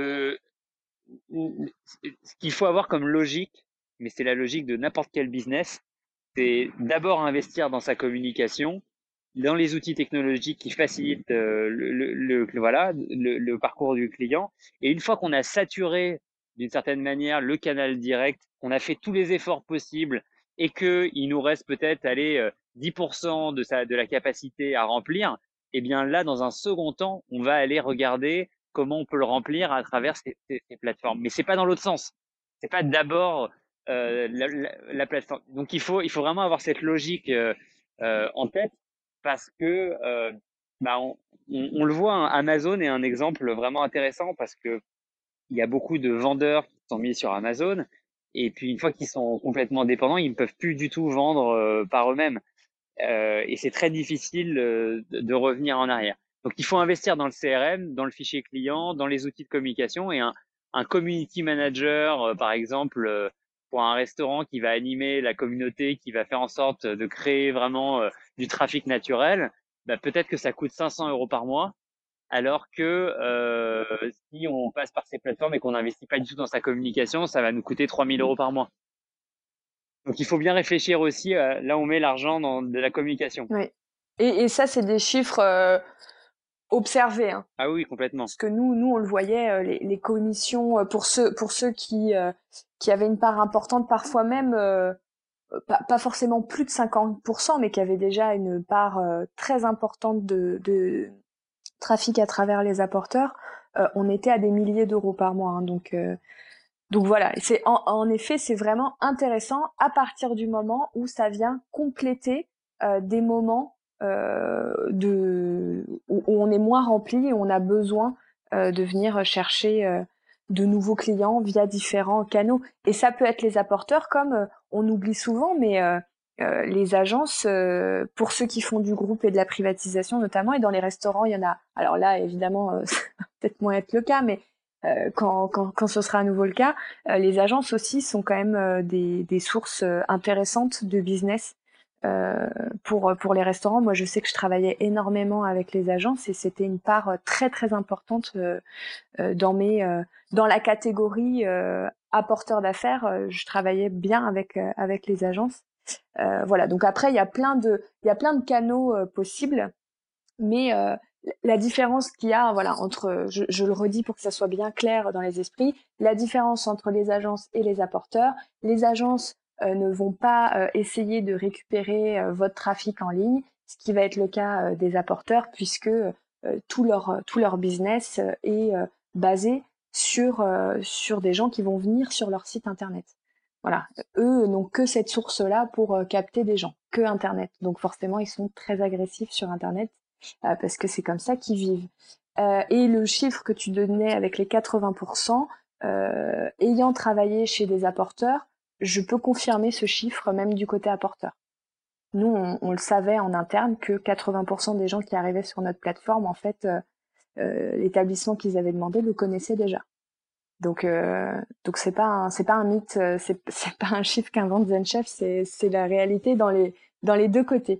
ce qu'il faut avoir comme logique, mais c'est la logique de n'importe quel business, c'est d'abord investir dans sa communication, dans les outils technologiques qui facilitent voilà, le parcours du client. Et une fois qu'on a saturé d'une certaine manière le canal direct, qu'on a fait tous les efforts possibles et qu'il nous reste peut-être 10% de la capacité à remplir, eh bien là, dans un second temps, on va aller regarder comment on peut le remplir à travers ces plateformes. Mais c'est pas dans l'autre sens. C'est pas d'abord la plateforme. Donc il faut vraiment avoir cette logique en tête parce que on le voit, hein, Amazon est un exemple vraiment intéressant parce que il y a beaucoup de vendeurs qui sont mis sur Amazon et puis une fois qu'ils sont complètement dépendants, ils ne peuvent plus du tout vendre par eux-mêmes et c'est très difficile de revenir en arrière. Donc il faut investir dans le CRM, dans le fichier client, dans les outils de communication et un community manager, par exemple, pour un restaurant qui va animer la communauté, qui va faire en sorte de créer vraiment du trafic naturel, bah, peut-être que ça coûte 500 euros par mois, alors que si on passe par ces plateformes et qu'on n'investit pas du tout dans sa communication, ça va nous coûter 3000 euros par mois. Donc il faut bien réfléchir aussi là où on met l'argent dans de la communication. Oui. Et ça, c'est des chiffres observés, hein. Ah oui, complètement. Parce que nous, on le voyait, les commissions pour ceux qui avaient une part importante, parfois même pas forcément plus de 50%, mais qui avaient déjà une part très importante de trafic à travers les apporteurs. On était à des milliers d'euros par mois, hein, donc voilà, c'est en effet, c'est vraiment intéressant à partir du moment où ça vient compléter des moments où on est moins rempli et on a besoin de venir chercher de nouveaux clients via différents canaux. Et ça peut être les apporteurs, comme on oublie souvent, mais les agences, pour ceux qui font du groupe et de la privatisation notamment, et dans les restaurants, il y en a. Alors là, évidemment, ça va peut-être moins être le cas, mais quand ce sera à nouveau le cas, les agences aussi sont quand même des sources intéressantes de business pour les restaurants. Moi, je sais que je travaillais énormément avec les agences et c'était une part très très importante dans la catégorie apporteur d'affaires. Je travaillais bien avec les agences. Voilà. Donc après, il y a plein de canaux possibles, mais la différence qu'il y a, voilà, entre, je le redis pour que ça soit bien clair dans les esprits, la différence entre les agences et les apporteurs. Les agences ne vont pas essayer de récupérer votre trafic en ligne, ce qui va être le cas des apporteurs, puisque tout leur business est basé sur des gens qui vont venir sur leur site internet. Voilà, eux n'ont que cette source-là pour capter des gens, que Internet. Donc forcément, ils sont très agressifs sur Internet parce que c'est comme ça qu'ils vivent. Et le chiffre que tu donnais avec les 80%, ayant travaillé chez des apporteurs, je peux confirmer ce chiffre même du côté apporteur. Nous, on le savait en interne que 80% des gens qui arrivaient sur notre plateforme, en fait, l'établissement qu'ils avaient demandé le connaissait déjà. Donc c'est pas un mythe, c'est pas un chiffre qu'invente ZenChef, c'est la réalité dans les deux côtés.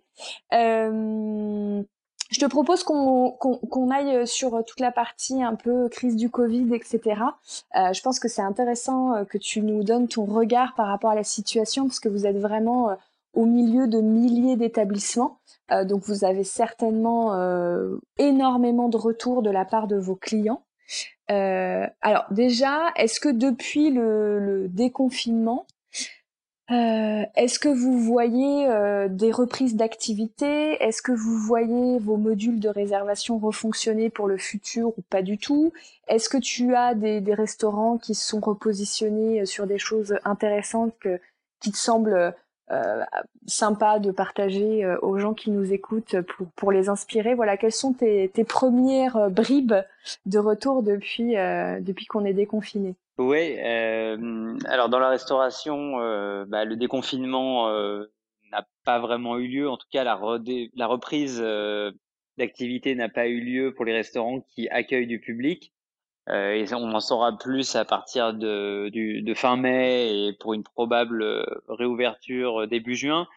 Je te propose qu'on aille sur toute la partie un peu crise du Covid, etc. Je pense que c'est intéressant que tu nous donnes ton regard par rapport à la situation, parce que vous êtes vraiment au milieu de milliers d'établissements. Donc vous avez certainement énormément de retours de la part de vos clients. Alors déjà, est-ce que depuis le déconfinement, est-ce que vous voyez des reprises d'activité? Est-ce que vous voyez vos modules de réservation refonctionner pour le futur ou pas du tout? Est-ce que tu as des restaurants qui se sont repositionnés sur des choses intéressantes qui te semblent sympa de partager aux gens qui nous écoutent pour les inspirer? Voilà, quelles sont tes premières bribes de retour depuis qu'on est déconfiné? Oui, alors dans la restauration, le déconfinement n'a pas vraiment eu lieu. En tout cas, la reprise d'activité n'a pas eu lieu pour les restaurants qui accueillent du public. Et on en saura plus à partir de fin mai et pour une probable réouverture début juin.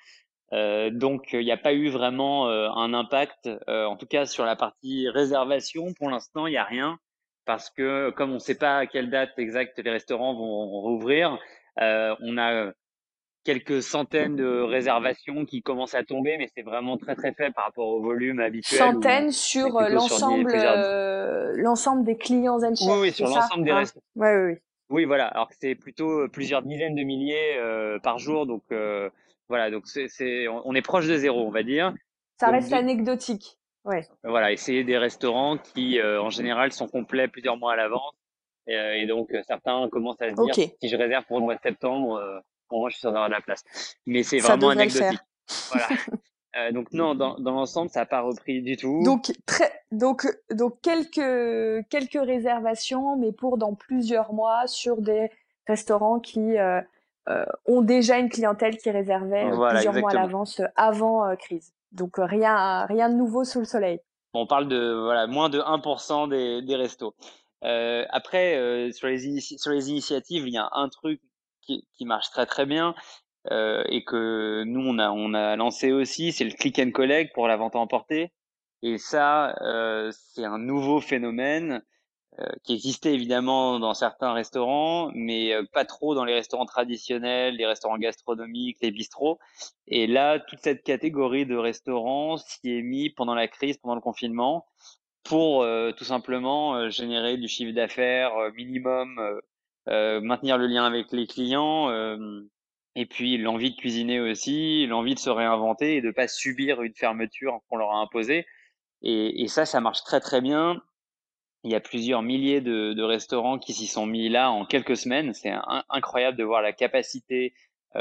Donc, il n'y a pas eu vraiment un impact, en tout cas sur la partie réservation. Pour l'instant, il n'y a rien parce que comme on ne sait pas à quelle date exacte les restaurants vont rouvrir, on a quelques centaines de réservations qui commencent à tomber, mais c'est vraiment très très faible par rapport au volume habituel où Centaines on est sur plutôt sur plusieurs. l'ensemble des clients Oui, Zenchef, oui, c'est sur ça, l'ensemble des hein? restos. Ouais, oui, oui. Oui, voilà. Alors que c'est plutôt plusieurs dizaines de milliers par jour, donc voilà. Donc on est proche de zéro, on va dire. Ça Donc reste anecdotique. Ouais. voilà, essayer des restaurants qui en général sont complets plusieurs mois à l'avance. Et donc certains commencent à se dire Ok, si je réserve pour le mois de septembre, pour moi je suis sûr d'avoir de la place. Mais c'est ça vraiment devrait le anecdotique. faire. Voilà. Donc non, dans l'ensemble, ça n'a pas repris du tout. Donc quelques réservations, mais pour dans plusieurs mois sur des restaurants qui ont déjà une clientèle qui réservait Voilà, plusieurs mois à exactement. l'avance avant crise. Donc rien de nouveau sous le soleil. On parle de voilà moins de 1% des restos. Après, sur les initiatives, il y a un truc qui marche très très bien et que nous on a lancé aussi, c'est le click and collect pour la vente à emporter. Et ça, c'est un nouveau phénomène qui existait évidemment dans certains restaurants, mais pas trop dans les restaurants traditionnels, les restaurants gastronomiques, les bistrots. Et là, toute cette catégorie de restaurants s'y est mis pendant la crise, pendant le confinement, pour tout simplement générer du chiffre d'affaires minimum, maintenir le lien avec les clients, et puis l'envie de cuisiner aussi, l'envie de se réinventer et de pas subir une fermeture qu'on leur a imposée. Et ça marche très très bien. Il y a plusieurs milliers de restaurants qui s'y sont mis là en quelques semaines. C'est incroyable de voir la capacité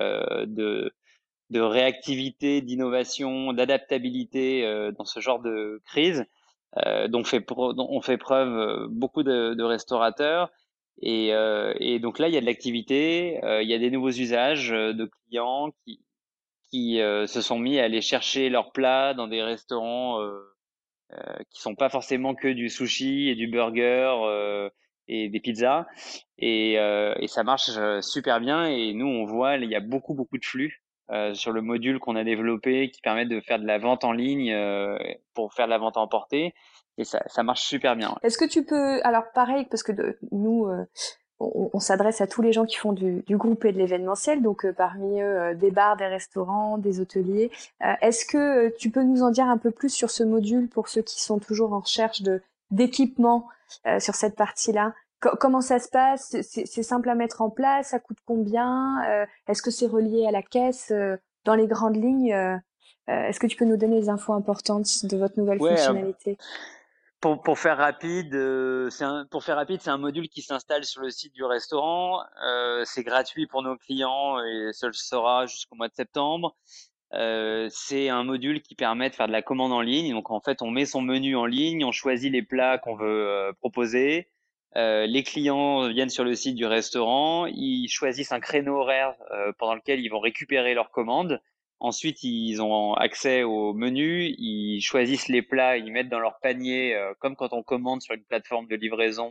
de réactivité, d'innovation, d'adaptabilité dans ce genre de crise dont on fait preuve beaucoup de restaurateurs. Et donc là, il y a de l'activité, il y a des nouveaux usages de clients qui se sont mis à aller chercher leurs plats dans des restaurants qui sont pas forcément que du sushi et du burger et des pizzas. Et ça marche super bien. Et nous, on voit, il y a beaucoup de flux sur le module qu'on a développé qui permet de faire de la vente en ligne pour faire de la vente à emporter. Et ça marche super bien. Ouais. Est-ce que tu peux, alors pareil, parce que nous, on s'adresse à tous les gens qui font du groupe et de l'événementiel, donc parmi eux des bars, des restaurants, des hôteliers. Est-ce que tu peux nous en dire un peu plus sur ce module pour ceux qui sont toujours en recherche de d'équipement sur cette partie-là? Comment ça se passe? C'est simple à mettre en place? Ça coûte combien? Est-ce que c'est relié à la caisse? Dans les grandes lignes, est-ce que tu peux nous donner des infos importantes de votre nouvelle Ouais, fonctionnalité? pour faire rapide, c'est un module qui s'installe sur le site du restaurant. C'est gratuit pour nos clients et ça le sera jusqu'au mois de septembre. C'est un module qui permet de faire de la commande en ligne. Donc en fait, on met son menu en ligne, on choisit les plats qu'on veut proposer. Les clients viennent sur le site du restaurant, ils choisissent un créneau horaire pendant lequel ils vont récupérer leur commande. Ensuite, ils ont accès au menu, ils choisissent les plats, ils mettent dans leur panier, comme quand on commande sur une plateforme de livraison.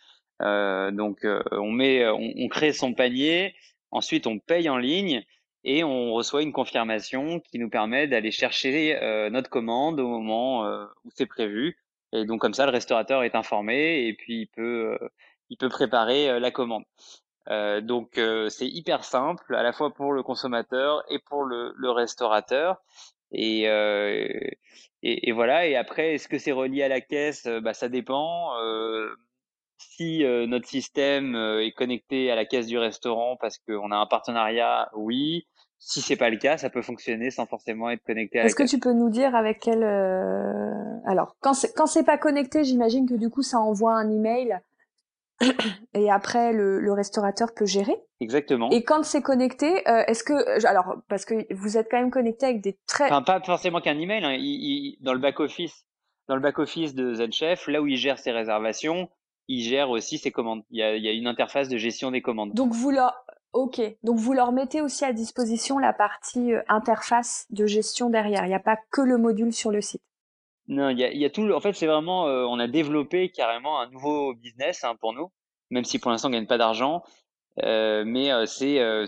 On crée son panier. Ensuite, on paye en ligne et on reçoit une confirmation qui nous permet d'aller chercher notre commande au moment où c'est prévu. Et donc comme ça, le restaurateur est informé et puis il peut préparer la commande. C'est hyper simple à la fois pour le consommateur et pour le restaurateur. Et, euh, et voilà. Et après, est-ce que c'est relié à la caisse? Bah, ça dépend. Si notre système est connecté à la caisse du restaurant parce qu'on a un partenariat, oui. Si c'est pas le cas, ça peut fonctionner sans forcément être connecté à la Est-ce que tu caisse. peux nous dire avec quel alors quand c'est pas connecté, j'imagine que du coup ça envoie un email et après le restaurateur peut gérer. Exactement. Et quand c'est connecté, est-ce que alors parce que vous êtes quand même connecté avec des très Enfin, pas forcément qu'un email. Hein. Dans le back office de ZenChef, là où il gère ses réservations, il gère aussi ses commandes. Il y a une interface de gestion des commandes. donc vous leur mettez aussi à disposition la partie interface de gestion derrière. Il n'y a pas que le module sur le site. Non, il y a tout. En fait, c'est vraiment, on a développé carrément un nouveau business hein, pour nous, même si pour l'instant on gagne pas d'argent. Mais c'est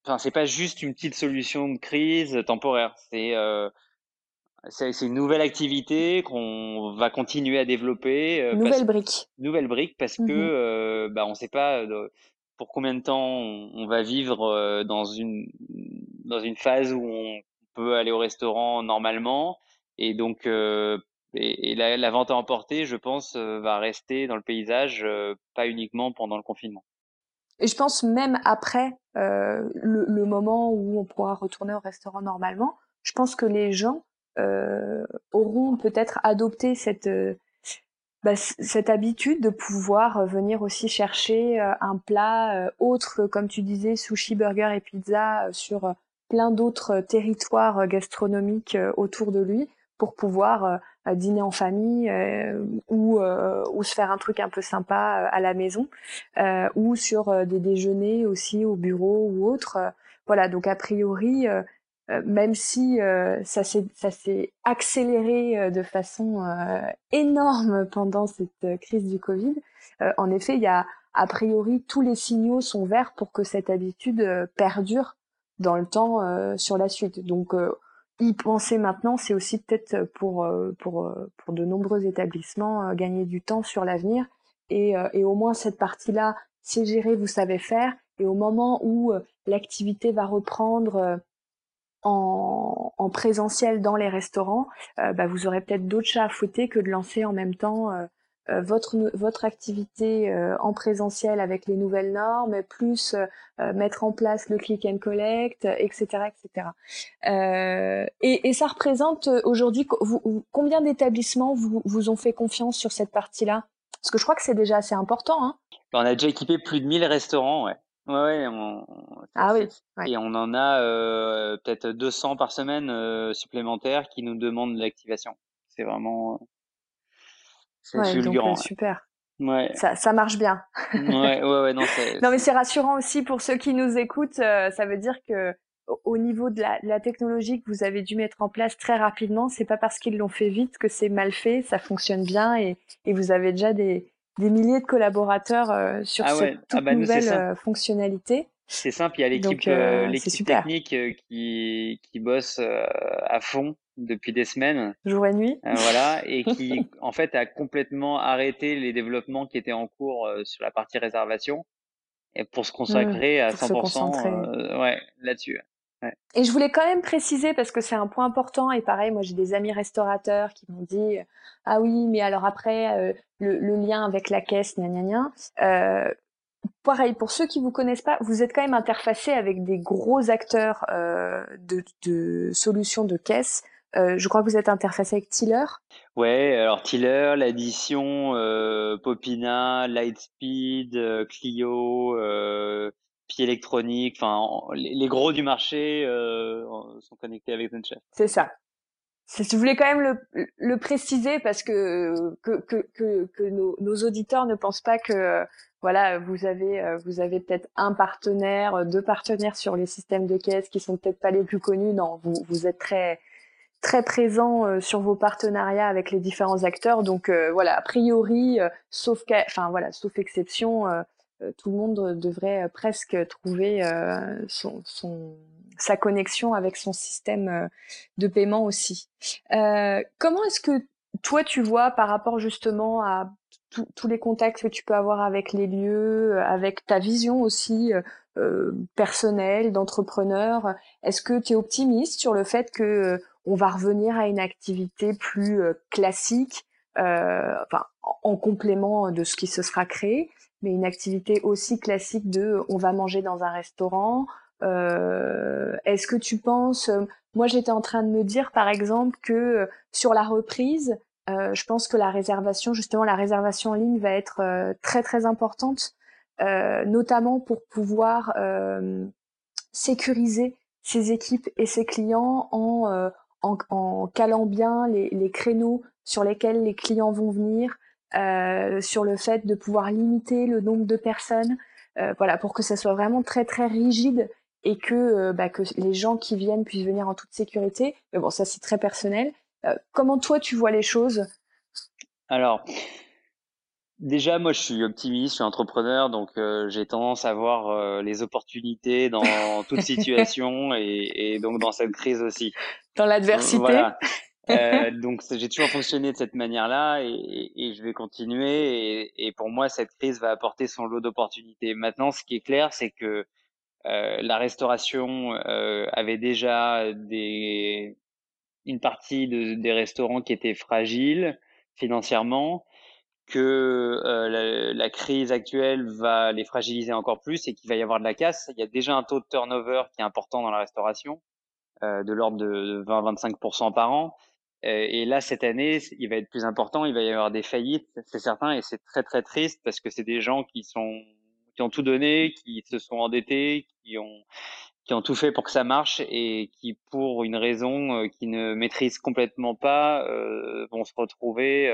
enfin, c'est pas juste une petite solution de crise temporaire. C'est une nouvelle activité qu'on va continuer à développer Nouvelle brique. nouvelle brique parce que Mhm. on ne sait pas pour combien de temps on va vivre dans une phase où on peut aller au restaurant normalement et donc la vente à emporter, je pense, va rester dans le paysage, pas uniquement pendant le confinement. Et je pense même après le moment où on pourra retourner au restaurant normalement, je pense que les gens auront peut-être adopté cette habitude de pouvoir venir aussi chercher un plat autre, comme tu disais, sushi, burger et pizza sur plein d'autres territoires gastronomiques autour de lui pour pouvoir dîner en famille ou se faire un truc un peu sympa à la maison ou sur des déjeuners aussi au bureau ou autre. Voilà, donc a priori, même si ça s'est accéléré de façon énorme pendant cette crise du Covid, en effet, il y a a priori tous les signaux sont verts pour que cette habitude perdure dans le temps sur la suite. Donc y penser maintenant, c'est aussi peut-être pour de nombreux établissements gagner du temps sur l'avenir et au moins cette partie-là, c'est géré, vous savez faire. Et au moment où l'activité va reprendre en présentiel dans les restaurants, vous aurez peut-être d'autres chats à fouetter que de lancer en même temps votre activité en présentiel avec les nouvelles normes, plus mettre en place le click and collect, etc., etc. Et ça représente aujourd'hui combien d'établissements vous ont fait confiance sur cette partie-là? Parce que je crois que c'est déjà assez important, hein. On a déjà équipé plus de 1000 restaurants, ouais. Ouais, ouais, Ah oui, ouais. et on en a peut-être 200 par semaine supplémentaires qui nous demandent l'activation. C'est vraiment, c'est Ouais, donc fulgurant. super. Ouais, Ça marche bien. ouais, ouais, ouais, non, Non, mais c'est rassurant aussi pour ceux qui nous écoutent. Ça veut dire que au niveau de la technologie que vous avez dû mettre en place très rapidement, c'est pas parce qu'ils l'ont fait vite que c'est mal fait. Ça fonctionne bien et vous avez déjà des milliers de collaborateurs sur ah cette ouais, ah toute bah nous c'est nouvelle simple. fonctionnalité. C'est simple, il y a Donc c'est l'équipe super. technique qui bosse à fond depuis des semaines, Jour et nuit. voilà, et qui en fait a complètement arrêté les développements qui étaient en cours sur la partie réservation et pour se consacrer à Pour se 100% concentrer. ouais, là-dessus. Ouais. Et je voulais quand même préciser parce que c'est un point important et pareil, moi j'ai des amis restaurateurs qui m'ont dit ah oui mais alors après le lien avec la caisse gna gna gna. Pareil pour ceux qui vous connaissent pas, vous êtes quand même interfacé avec des gros acteurs de solutions de caisse. Je crois que vous êtes interfacé avec Tiller. Ouais, alors Tiller, l'addition, Popina, Lightspeed, Clio, Pi électronique, enfin les gros du marché sont connectés avec ZenChef. C'est ça. Je voulais quand même le préciser parce que nos auditeurs ne pensent pas que voilà vous avez peut-être un partenaire, deux partenaires sur les systèmes de caisse qui sont peut-être pas les plus connus. Non, vous êtes très présent sur vos partenariats avec les différents acteurs. Donc voilà, a priori, sauf exception, tout le monde devrait presque trouver sa connexion avec son système de paiement aussi. Comment est-ce que toi tu vois par rapport justement à tous les contacts que tu peux avoir avec les lieux, avec ta vision aussi personnelle d'entrepreneur, est-ce que tu es optimiste sur le fait que on va revenir à une activité plus classique, en complément de ce qui se sera créé, mais une activité aussi classique de on va manger dans un restaurant. Est-ce que tu penses, moi j'étais en train de me dire par exemple que sur la reprise, je pense que justement la réservation en ligne va être très très importante, notamment pour pouvoir sécuriser ses équipes et ses clients en calant bien les créneaux sur lesquels les clients vont venir, sur le fait de pouvoir limiter le nombre de personnes, voilà, pour que ça soit vraiment très très rigide et que les gens qui viennent puissent venir en toute sécurité. Mais bon, ça c'est très personnel. Comment toi tu vois les choses? Alors, Déjà, moi, je suis optimiste, je suis entrepreneur, donc j'ai tendance à voir les opportunités dans toute situation et donc dans cette crise aussi. Dans l'adversité. Voilà. Donc j'ai toujours fonctionné de cette manière-là et je vais continuer. Et pour moi, cette crise va apporter son lot d'opportunités. Maintenant, ce qui est clair, c'est que la restauration avait déjà une partie des restaurants qui étaient fragiles financièrement, que la crise actuelle va les fragiliser encore plus et qu'il va y avoir de la casse. Il y a déjà un taux de turnover qui est important dans la restauration, de l'ordre de 20-25% par an. Et là, cette année, il va être plus important. Il va y avoir des faillites, c'est certain, et c'est très très triste parce que c'est des gens qui ont tout donné, qui se sont endettés, qui ont tout fait pour que ça marche et qui, pour une raison qu'ils ne maîtrisent complètement pas, vont se retrouver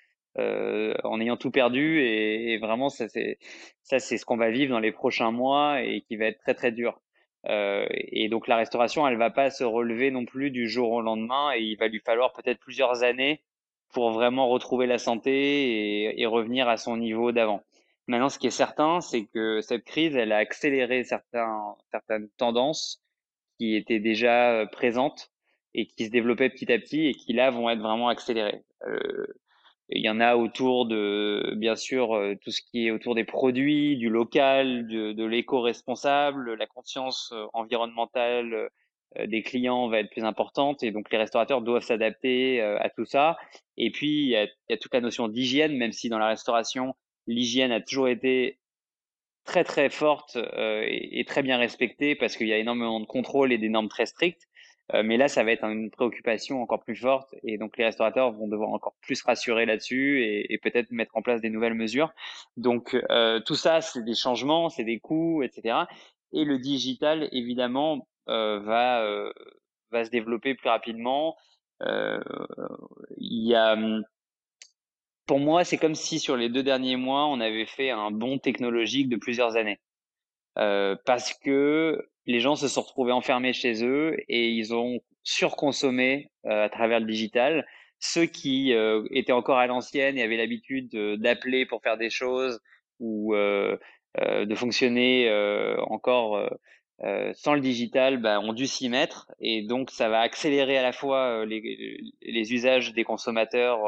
en ayant tout perdu. Et vraiment, ça, c'est ce qu'on va vivre dans les prochains mois et qui va être très très dur. Et donc la restauration, elle va pas se relever non plus du jour au lendemain et il va lui falloir peut-être plusieurs années pour vraiment retrouver la santé et revenir à son niveau d'avant. Maintenant, ce qui est certain, c'est que cette crise, elle a accéléré certaines tendances qui étaient déjà présentes et qui se développaient petit à petit et qui là vont être vraiment accélérées. Il y en a autour de, bien sûr, tout ce qui est autour des produits, du local, de l'éco-responsable, la conscience environnementale des clients va être plus importante et donc les restaurateurs doivent s'adapter à tout ça. Et puis, il y a toute la notion d'hygiène, même si dans la restauration, l'hygiène a toujours été très très forte et très bien respectée parce qu'il y a énormément de contrôles et des normes très strictes. Mais là, ça va être une préoccupation encore plus forte et donc les restaurateurs vont devoir encore plus rassurer là-dessus et peut-être mettre en place des nouvelles mesures. Donc tout ça, c'est des changements, c'est des coûts, etc. Et le digital, évidemment, va se développer plus rapidement. Euh, il y a Pour moi, c'est comme si sur les 2 derniers mois, on avait fait un bond technologique de plusieurs années. Parce que les gens se sont retrouvés enfermés chez eux et ils ont surconsommé à travers le digital. Ceux qui étaient encore à l'ancienne et avaient l'habitude d'appeler pour faire des choses ou de fonctionner encore sans le digital, bah, ont dû s'y mettre et donc ça va accélérer à la fois les usages des consommateurs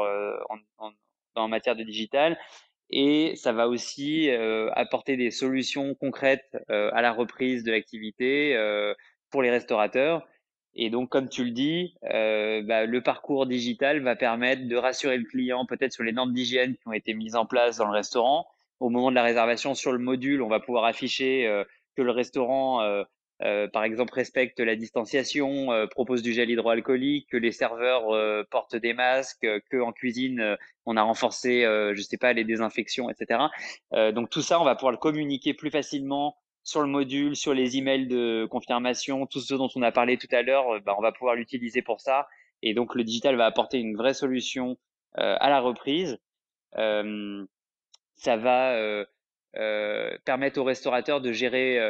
en matière de digital et ça va aussi apporter des solutions concrètes à la reprise de l'activité pour les restaurateurs. Et donc, comme tu le dis, bah, le parcours digital va permettre de rassurer le client peut-être sur les normes d'hygiène qui ont été mises en place dans le restaurant. Au moment de la réservation sur le module, on va pouvoir afficher que le restaurant, par exemple, respecte la distanciation, propose du gel hydroalcoolique, que les serveurs portent des masques, que en cuisine on a renforcé, je sais pas, les désinfections, etc. Donc tout ça, on va pouvoir le communiquer plus facilement sur le module, sur les emails de confirmation, tout ce dont on a parlé tout à l'heure, bah, on va pouvoir l'utiliser pour ça. Et donc le digital va apporter une vraie solution à la reprise. Euh, Ça va permettre aux restaurateurs de gérer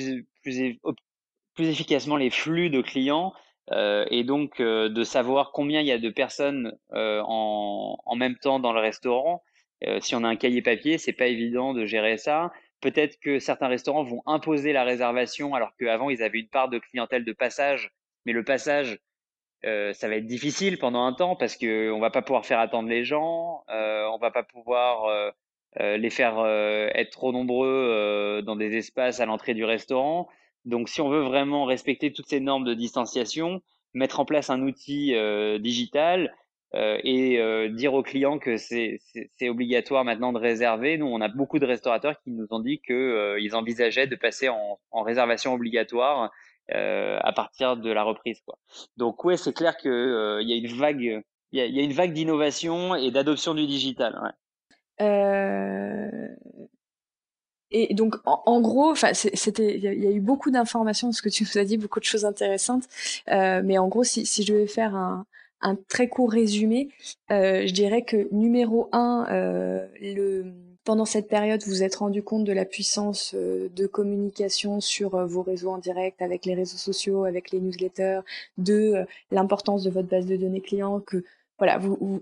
plus efficacement les flux de clients et donc de savoir combien il y a de personnes en même temps dans le restaurant. Si on a un cahier papier, c'est pas évident de gérer ça. Peut-être que certains restaurants vont imposer la réservation alors qu'avant ils avaient une part de clientèle de passage, mais le passage ça va être difficile pendant un temps parce que on va pas pouvoir faire attendre les gens, on va pas pouvoir les faire être trop nombreux dans des espaces à l'entrée du restaurant. Donc, si on veut vraiment respecter toutes ces normes de distanciation, mettre en place un outil digital et dire aux clients que c'est obligatoire maintenant de réserver. Nous, on a beaucoup de restaurateurs qui nous ont dit que ils envisageaient de passer en réservation obligatoire à partir de la reprise, quoi. Donc ouais, c'est clair que il y a une vague, il y a une vague d'innovation et d'adoption du digital. Ouais. Euh, Et donc, en gros, enfin, il y a eu beaucoup d'informations, ce que tu nous as dit, beaucoup de choses intéressantes. Mais en gros, si je devais faire un très court résumé, je dirais que numéro un, pendant cette période, vous vous êtes rendu compte de la puissance de communication sur vos réseaux en direct, avec les réseaux sociaux, avec les newsletters, de l'importance de votre base de données clients, que voilà,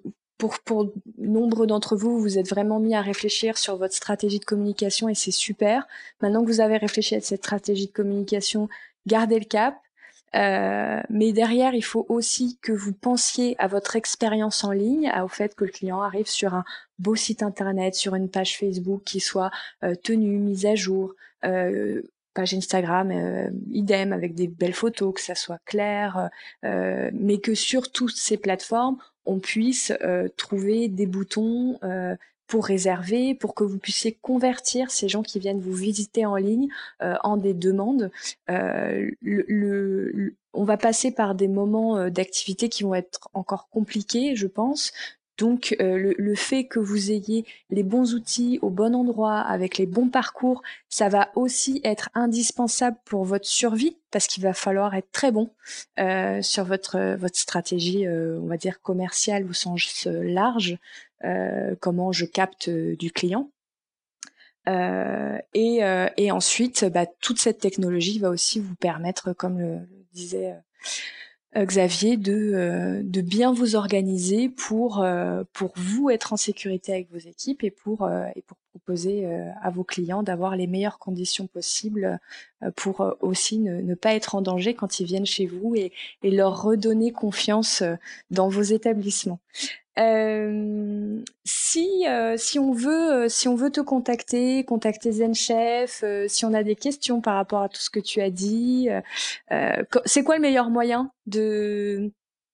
pour nombre d'entre vous, vous êtes vraiment mis à réfléchir sur votre stratégie de communication et c'est super. Maintenant que vous avez réfléchi à cette stratégie de communication, gardez le cap. Mais derrière, il faut aussi que vous pensiez à votre expérience en ligne, au fait que le client arrive sur un beau site internet, sur une page Facebook qui soit tenue, mise à jour, page Instagram, idem, avec des belles photos, que ça soit clair, mais que sur toutes ces plateformes, on puisse trouver des boutons pour réserver, pour que vous puissiez convertir ces gens qui viennent vous visiter en ligne en des demandes. On va passer par des moments d'activité qui vont être encore compliqués, je pense. Donc, le fait que vous ayez les bons outils au bon endroit, avec les bons parcours, ça va aussi être indispensable pour votre survie, parce qu'il va falloir être très bon sur votre stratégie, on va dire commerciale au sens large, comment je capte du client. Et ensuite, toute cette technologie va aussi vous permettre, comme le disait Xavier, de bien vous organiser pour vous être en sécurité avec vos équipes et pour proposer à vos clients d'avoir les meilleures conditions possibles pour aussi ne pas être en danger quand ils viennent chez vous et leur redonner confiance dans vos établissements. Si on veut te contacter ZenChef, si on a des questions par rapport à tout ce que tu as dit, c'est quoi le meilleur moyen de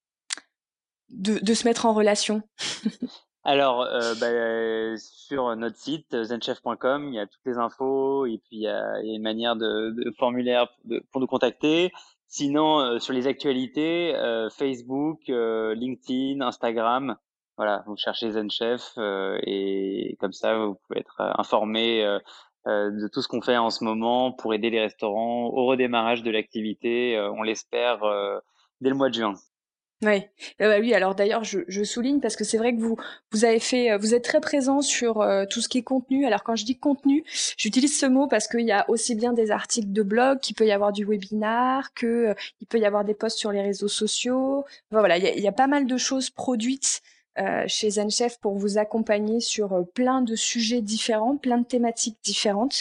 se mettre en relation? Alors, sur notre site zenchef.com, il y a toutes les infos et puis il y a une manière de formulaire pour nous contacter. Sinon, sur les actualités, Facebook, LinkedIn, Instagram, voilà, vous cherchez ZenChef et comme ça, vous pouvez être informé de tout ce qu'on fait en ce moment pour aider les restaurants au redémarrage de l'activité, on l'espère, dès le mois de juin. Ouais. Oui, alors d'ailleurs je souligne parce que c'est vrai que vous avez fait vous êtes très présent sur tout ce qui est contenu. Alors quand je dis contenu, j'utilise ce mot parce qu'il y a aussi bien des articles de blog, qu'il peut y avoir du webinar, que il peut y avoir des posts sur les réseaux sociaux. Enfin, voilà, il y a pas mal de choses produites chez ZenChef pour vous accompagner sur plein de sujets différents, plein de thématiques différentes.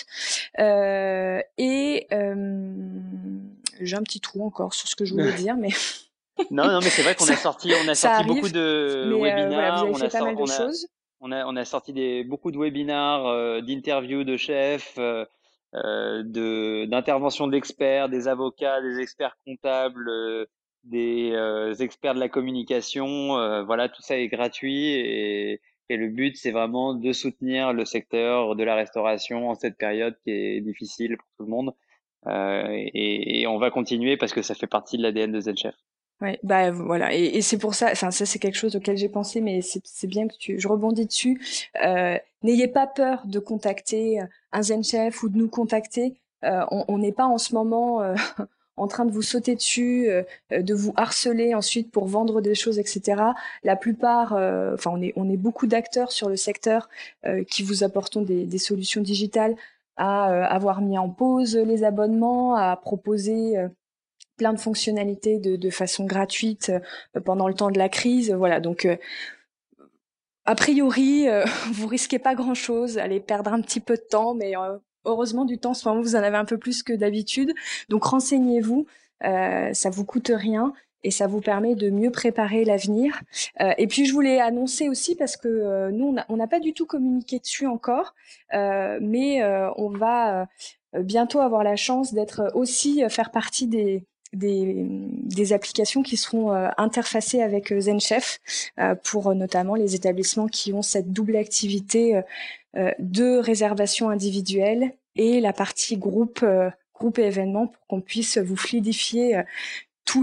J'ai un petit trou encore sur ce que je voulais dire, mais Non, mais c'est vrai qu'on a sorti beaucoup de webinars. Voilà, vous avez fait pas mal de choses. On a sorti beaucoup de webinars, d'interviews de chefs, d'interventions d'experts, des avocats, des experts comptables, des experts de la communication. Voilà, tout ça est gratuit et le but, c'est vraiment de soutenir le secteur de la restauration en cette période qui est difficile pour tout le monde. Et on va continuer parce que ça fait partie de l'ADN de ZenChef. Ouais, voilà, et c'est pour ça. Enfin, ça c'est quelque chose auquel j'ai pensé, mais c'est bien que je rebondis dessus. N'ayez pas peur de contacter un ZenChef ou de nous contacter. On n'est pas en ce moment en train de vous sauter dessus, de vous harceler ensuite pour vendre des choses, etc. La plupart, on est beaucoup d'acteurs sur le secteur qui vous apportons des solutions digitales, à avoir mis en pause les abonnements, à proposer plein de fonctionnalités de façon gratuite pendant le temps de la crise. Voilà, donc a priori, vous risquez pas grand-chose, allez perdre un petit peu de temps, mais heureusement du temps en ce moment vous en avez un peu plus que d'habitude. Donc renseignez-vous, ça vous coûte rien et ça vous permet de mieux préparer l'avenir. Et puis je voulais annoncer aussi parce que nous on n'a pas du tout communiqué dessus encore, mais on va bientôt avoir la chance d'être aussi faire partie des applications qui seront interfacées avec ZenChef pour notamment les établissements qui ont cette double activité de réservation individuelle et la partie groupe et événements pour qu'on puisse vous fluidifier toutes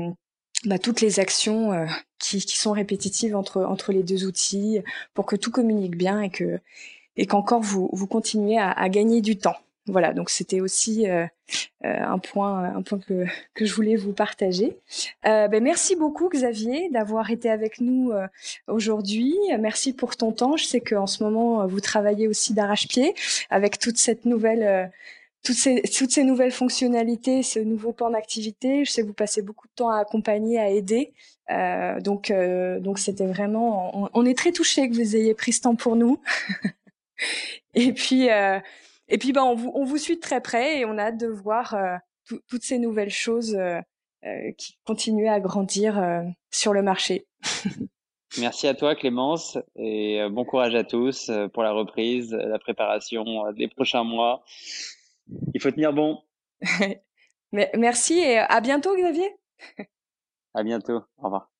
les actions qui sont répétitives entre les deux outils pour que tout communique bien et qu'encore vous continuez à gagner du temps. Voilà, donc c'était aussi un point que je voulais vous partager. Merci beaucoup Xavier d'avoir été avec nous aujourd'hui. Merci pour ton temps. Je sais qu'en ce moment vous travaillez aussi d'arrache-pied avec toute cette nouvelle toutes ces nouvelles fonctionnalités, ce nouveau plan d'activité. Je sais que vous passez beaucoup de temps à accompagner, à aider. Donc c'était vraiment, on est très touchés que vous ayez pris ce temps pour nous. Et puis, ben, on vous suit de très près et on a hâte de voir toutes ces nouvelles choses qui continuent à grandir sur le marché. Merci à toi, Clémence, et bon courage à tous pour la reprise, la préparation des prochains mois. Il faut tenir bon. Merci et à bientôt, Xavier. À bientôt. Au revoir.